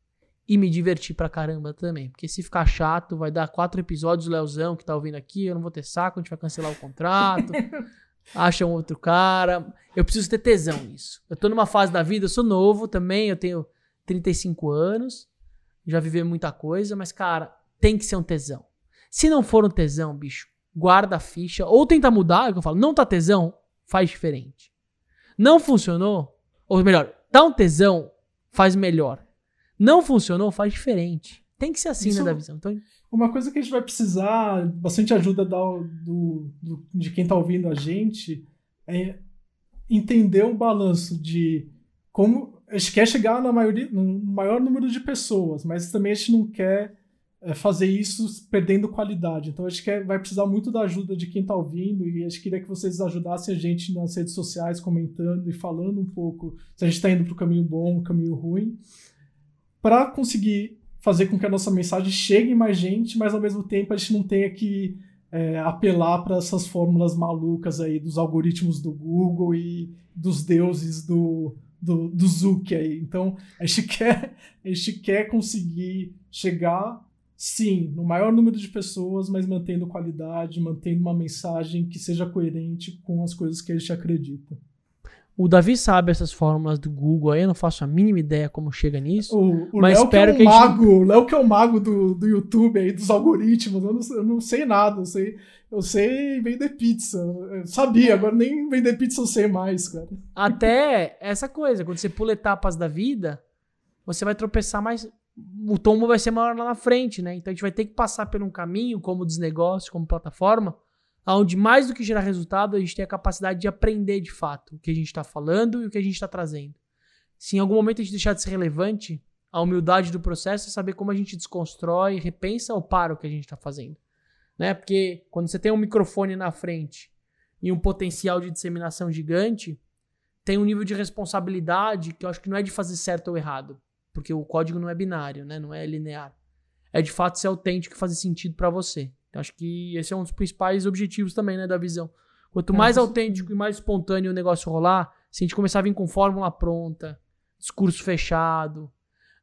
e me divertir pra caramba também. Porque se ficar chato, vai dar quatro episódios do Leozão que tá ouvindo aqui, eu não vou ter saco, a gente vai cancelar o contrato. Acha um outro cara. Eu preciso ter tesão nisso. Eu tô numa fase da vida, eu sou novo também, eu tenho trinta e cinco anos, já vivi muita coisa, mas, cara, tem que ser um tesão. Se não for um tesão, bicho, guarda a ficha, ou tenta mudar, é o que eu falo, não tá tesão, faz diferente. Não funcionou, ou melhor, dá um tesão, faz melhor. Não funcionou, faz diferente. Tem que ser assim, Isso, né, da visão. Então, uma coisa que a gente vai precisar, bastante ajuda da, do, do, de quem está ouvindo a gente, é entender o balanço de como a gente quer chegar na maioria, no maior número de pessoas, mas também a gente não quer é, fazer isso perdendo qualidade. Então a gente quer, vai precisar muito da ajuda de quem está ouvindo, e a gente queria que vocês ajudassem a gente nas redes sociais, comentando e falando um pouco se a gente está indo para o caminho bom, o caminho ruim, para conseguir fazer com que a nossa mensagem chegue em mais gente, mas ao mesmo tempo a gente não tenha que é, apelar para essas fórmulas malucas aí dos algoritmos do Google e dos deuses do, do, do Zuck aí. Então a gente quer, a gente quer conseguir chegar, sim, no maior número de pessoas, mas mantendo qualidade, mantendo uma mensagem que seja coerente com as coisas que a gente acredita. o Davi sabe essas fórmulas do Google aí, eu não faço a mínima ideia como chega nisso. O, o mas Léo espero que é um que a gente... mago, o Léo que é o mago do, do YouTube aí, dos algoritmos, eu não, eu não sei nada, eu sei, eu sei vender pizza, eu sabia, agora nem vender pizza eu sei mais, cara. Até essa coisa, quando você pula etapas da vida, você vai tropeçar mais, o tombo vai ser maior lá na frente, né? Então a gente vai ter que passar por um caminho, como dos negócios, como plataforma, onde mais do que gerar resultado, a gente tem a capacidade de aprender de fato o que a gente está falando e o que a gente está trazendo. Se em algum momento a gente deixar de ser relevante, a humildade do processo é saber como a gente desconstrói, repensa ou para o que a gente está fazendo. Né? Porque quando você tem um microfone na frente e um potencial de disseminação gigante, tem um nível de responsabilidade que eu acho que não é de fazer certo ou errado, porque o código não é binário, né? Não é linear. É de fato ser autêntico e fazer sentido para você. Então, acho que esse é um dos principais objetivos também, né, da visão. Quanto mais é, autêntico e mais espontâneo o negócio rolar, se a gente começar a vir com fórmula pronta, discurso fechado,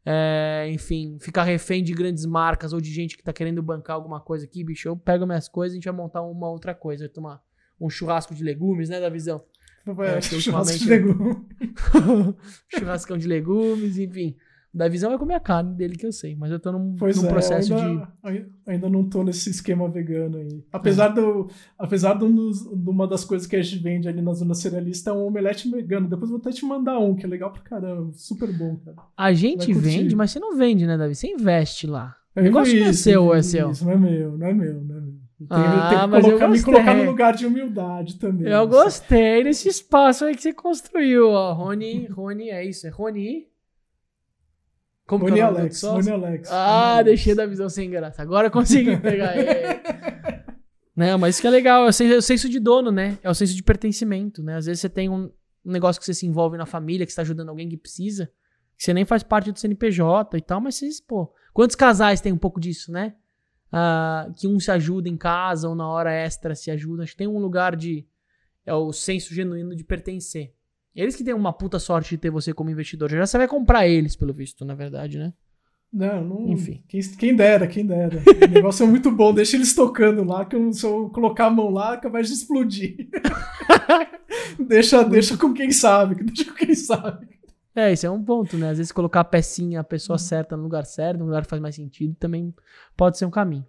é, enfim, ficar refém de grandes marcas ou de gente que tá querendo bancar alguma coisa aqui, bicho, eu pego minhas coisas e a gente vai montar uma outra coisa. Vai tomar um churrasco de legumes, né, da visão. É, churrasco de legumes. Churrascão de legumes, enfim. Da visão vai comer a carne dele, que eu sei. Mas eu tô num, pois num é, processo ainda, de... ainda não tô nesse esquema vegano aí. Apesar, é. do, apesar do, de uma das coisas que a gente vende ali na Zona Cerealista é um omelete vegano. Depois vou até te mandar um, que é legal pra caramba. Super bom, cara. A gente vende, mas você não vende, né, Davi? Você investe lá. O negócio não é seu ou é seu? Isso, não é meu, não é meu, não é meu. Tem, ah, tem que mas colocar, eu me colocar no lugar de humildade também. Eu assim. Gostei desse espaço aí que você construiu, ó. Rony, Rony, é isso, é Rony... Como Rony Alex, Rony Alex. Ah, Rony deixei da visão sem graça. Agora eu consegui pegar ele. Não, mas isso que é legal, é o senso, é o senso de dono, né? É o senso de pertencimento, né? Às vezes você tem um negócio que você se envolve na família, que você tá ajudando alguém que precisa, que você nem faz parte do C N P J e tal, mas vocês, pô... Quantos casais tem um pouco disso, né? Ah, que um se ajuda em casa ou na hora extra se ajuda. Acho que tem um lugar de, é o senso genuíno de pertencer. Eles que têm uma puta sorte de ter você como investidor. Já você vai comprar eles, pelo visto, na verdade, né? Não, não. Enfim. Quem, quem dera, quem dera. O negócio é muito bom. Deixa eles tocando lá, que eu, se eu colocar a mão lá, capaz de explodir. deixa, deixa com quem sabe. Deixa com quem sabe. É, esse é um ponto, né? Às vezes colocar a pecinha, a pessoa hum. certa no lugar certo, no lugar que faz mais sentido, também pode ser um caminho.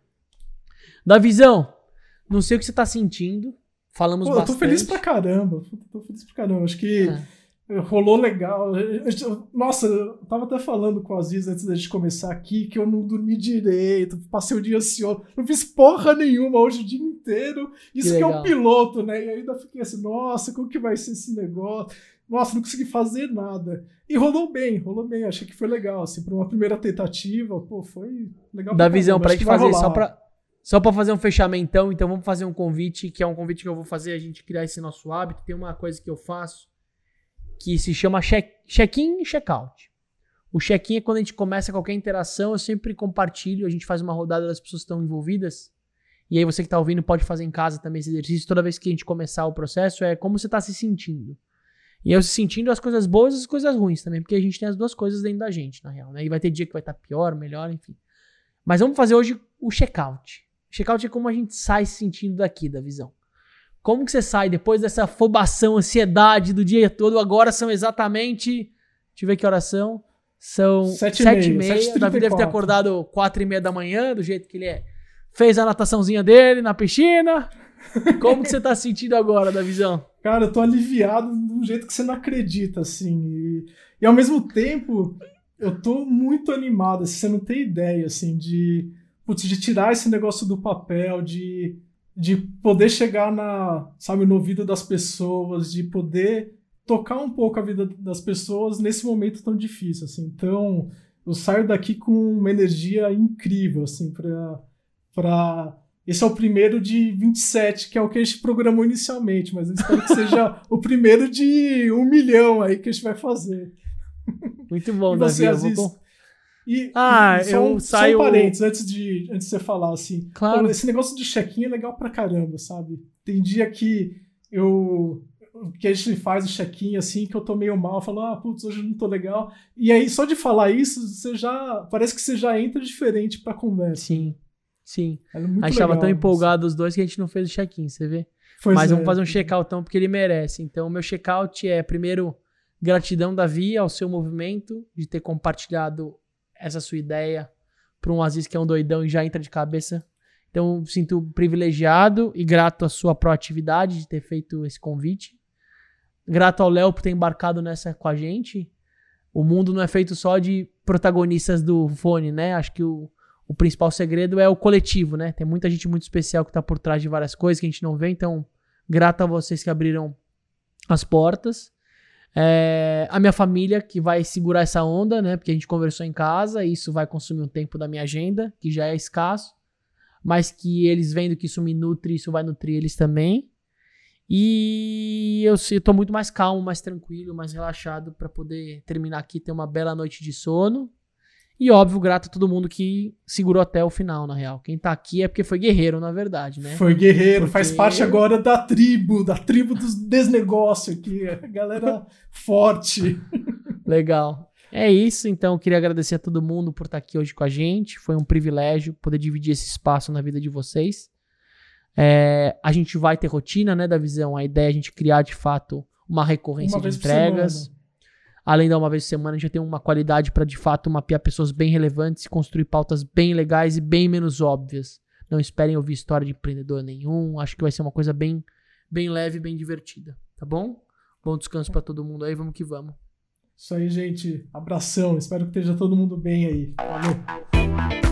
Davizão, não sei o que você tá sentindo. Falamos Pô, bastante. Eu tô feliz pra caramba. Tô feliz pra caramba. Acho que é. rolou legal. Nossa, eu tava até falando com o Aziz antes da gente começar aqui que eu não dormi direito, passei o dia ansioso, não fiz porra nenhuma hoje o dia inteiro. Isso que, que é um piloto, né? E ainda fiquei assim, nossa, como que vai ser esse negócio? Nossa, não consegui fazer nada. E rolou bem, rolou bem. Achei que foi legal, assim, pra uma primeira tentativa, pô, foi legal. Davizão, pra gente fazer só pra... Só para fazer um fechamento, então vamos fazer um convite, que é um convite que eu vou fazer a gente criar esse nosso hábito. Tem uma coisa que eu faço que se chama check-in e check-out. O check-in é quando a gente começa qualquer interação, eu sempre compartilho, a gente faz uma rodada das pessoas que estão envolvidas. E aí você que está ouvindo pode fazer em casa também esse exercício. Toda vez que a gente começar o processo é como você está se sentindo. E eu se sentindo as coisas boas e as coisas ruins também, porque a gente tem as duas coisas dentro da gente, na real, né? E vai ter dia que vai estar pior, melhor, enfim. Mas vamos fazer hoje o check-out. Check-out é como a gente sai se sentindo daqui, da visão. Como que você sai depois dessa afobação, ansiedade do dia todo? Agora são exatamente... Deixa eu ver que horas são. São sete e meia. Davi deve ter acordado quatro e meia da manhã, do jeito que ele é. Fez a nataçãozinha dele na piscina. Como que você tá se sentindo agora, Davizão? Cara, eu tô aliviado de um jeito que você não acredita, assim. E, e ao mesmo tempo, eu tô muito animado, assim, você não tem ideia, assim, de... Putz, de tirar esse negócio do papel, de, de poder chegar na, sabe, no ouvido das pessoas, de poder tocar um pouco a vida das pessoas nesse momento tão difícil, assim. Então, eu saio daqui com uma energia incrível, assim, pra, pra... Esse é o primeiro de vinte e sete, que é o que a gente programou inicialmente, mas eu espero que seja o primeiro de um milhão aí que a gente vai fazer. Muito bom, e você, Davi. Aziz, eu vou... E, ah, e só, eu um, saio... só um parênteses, antes de, antes de você falar, assim. Claro. Esse negócio de check-in é legal pra caramba, sabe? Tem dia que eu... que a gente faz o check-in, assim, que eu tô meio mal, eu falo, ah, putz, hoje eu não tô legal. E aí, só de falar isso, você já... Parece que você já entra diferente pra conversa. Sim, sim. É muito a gente tava legal, tão mas... empolgado os dois que a gente não fez o check-in, você vê? Pois Mas é. vamos fazer um check-outão porque ele merece. Então, o meu check-out é, primeiro, gratidão, Davi, ao seu movimento, de ter compartilhado essa sua ideia para um Aziz que é um doidão e já entra de cabeça. Então, sinto privilegiado e grato à sua proatividade de ter feito esse convite. Grato ao Léo por ter embarcado nessa com a gente. O mundo não é feito só de protagonistas do fone, né? Acho que o, o principal segredo é o coletivo, né? Tem muita gente muito especial que tá por trás de várias coisas que a gente não vê. Então, grato a vocês que abriram as portas. É, a minha família que vai segurar essa onda, né? Porque a gente conversou em casa e isso vai consumir um tempo da minha agenda, que já é escasso, mas que eles vendo que isso me nutre, isso vai nutrir eles também. E eu, eu tô muito mais calmo, mais tranquilo, mais relaxado para poder terminar aqui, ter uma bela noite de sono. E óbvio, grato a todo mundo que segurou até o final, na real. Quem tá aqui é porque foi guerreiro, na verdade, né? Foi guerreiro, porque... faz parte agora da tribo, da tribo dos desnegócios aqui. A galera forte. Legal. É isso, então, eu queria agradecer a todo mundo por estar aqui hoje com a gente. Foi um privilégio poder dividir esse espaço na vida de vocês. É, a gente vai ter rotina, né, da visão. A ideia é a gente criar, de fato, uma recorrência uma de entregas. Além da uma vez por semana, a gente já tem uma qualidade para, de fato, mapear pessoas bem relevantes e construir pautas bem legais e bem menos óbvias. Não esperem ouvir história de empreendedor nenhum. Acho que vai ser uma coisa bem, bem leve e bem divertida. Tá bom? Bom descanso para todo mundo aí. Vamos que vamos. Isso aí, gente. Abração. Espero que esteja todo mundo bem aí. Valeu.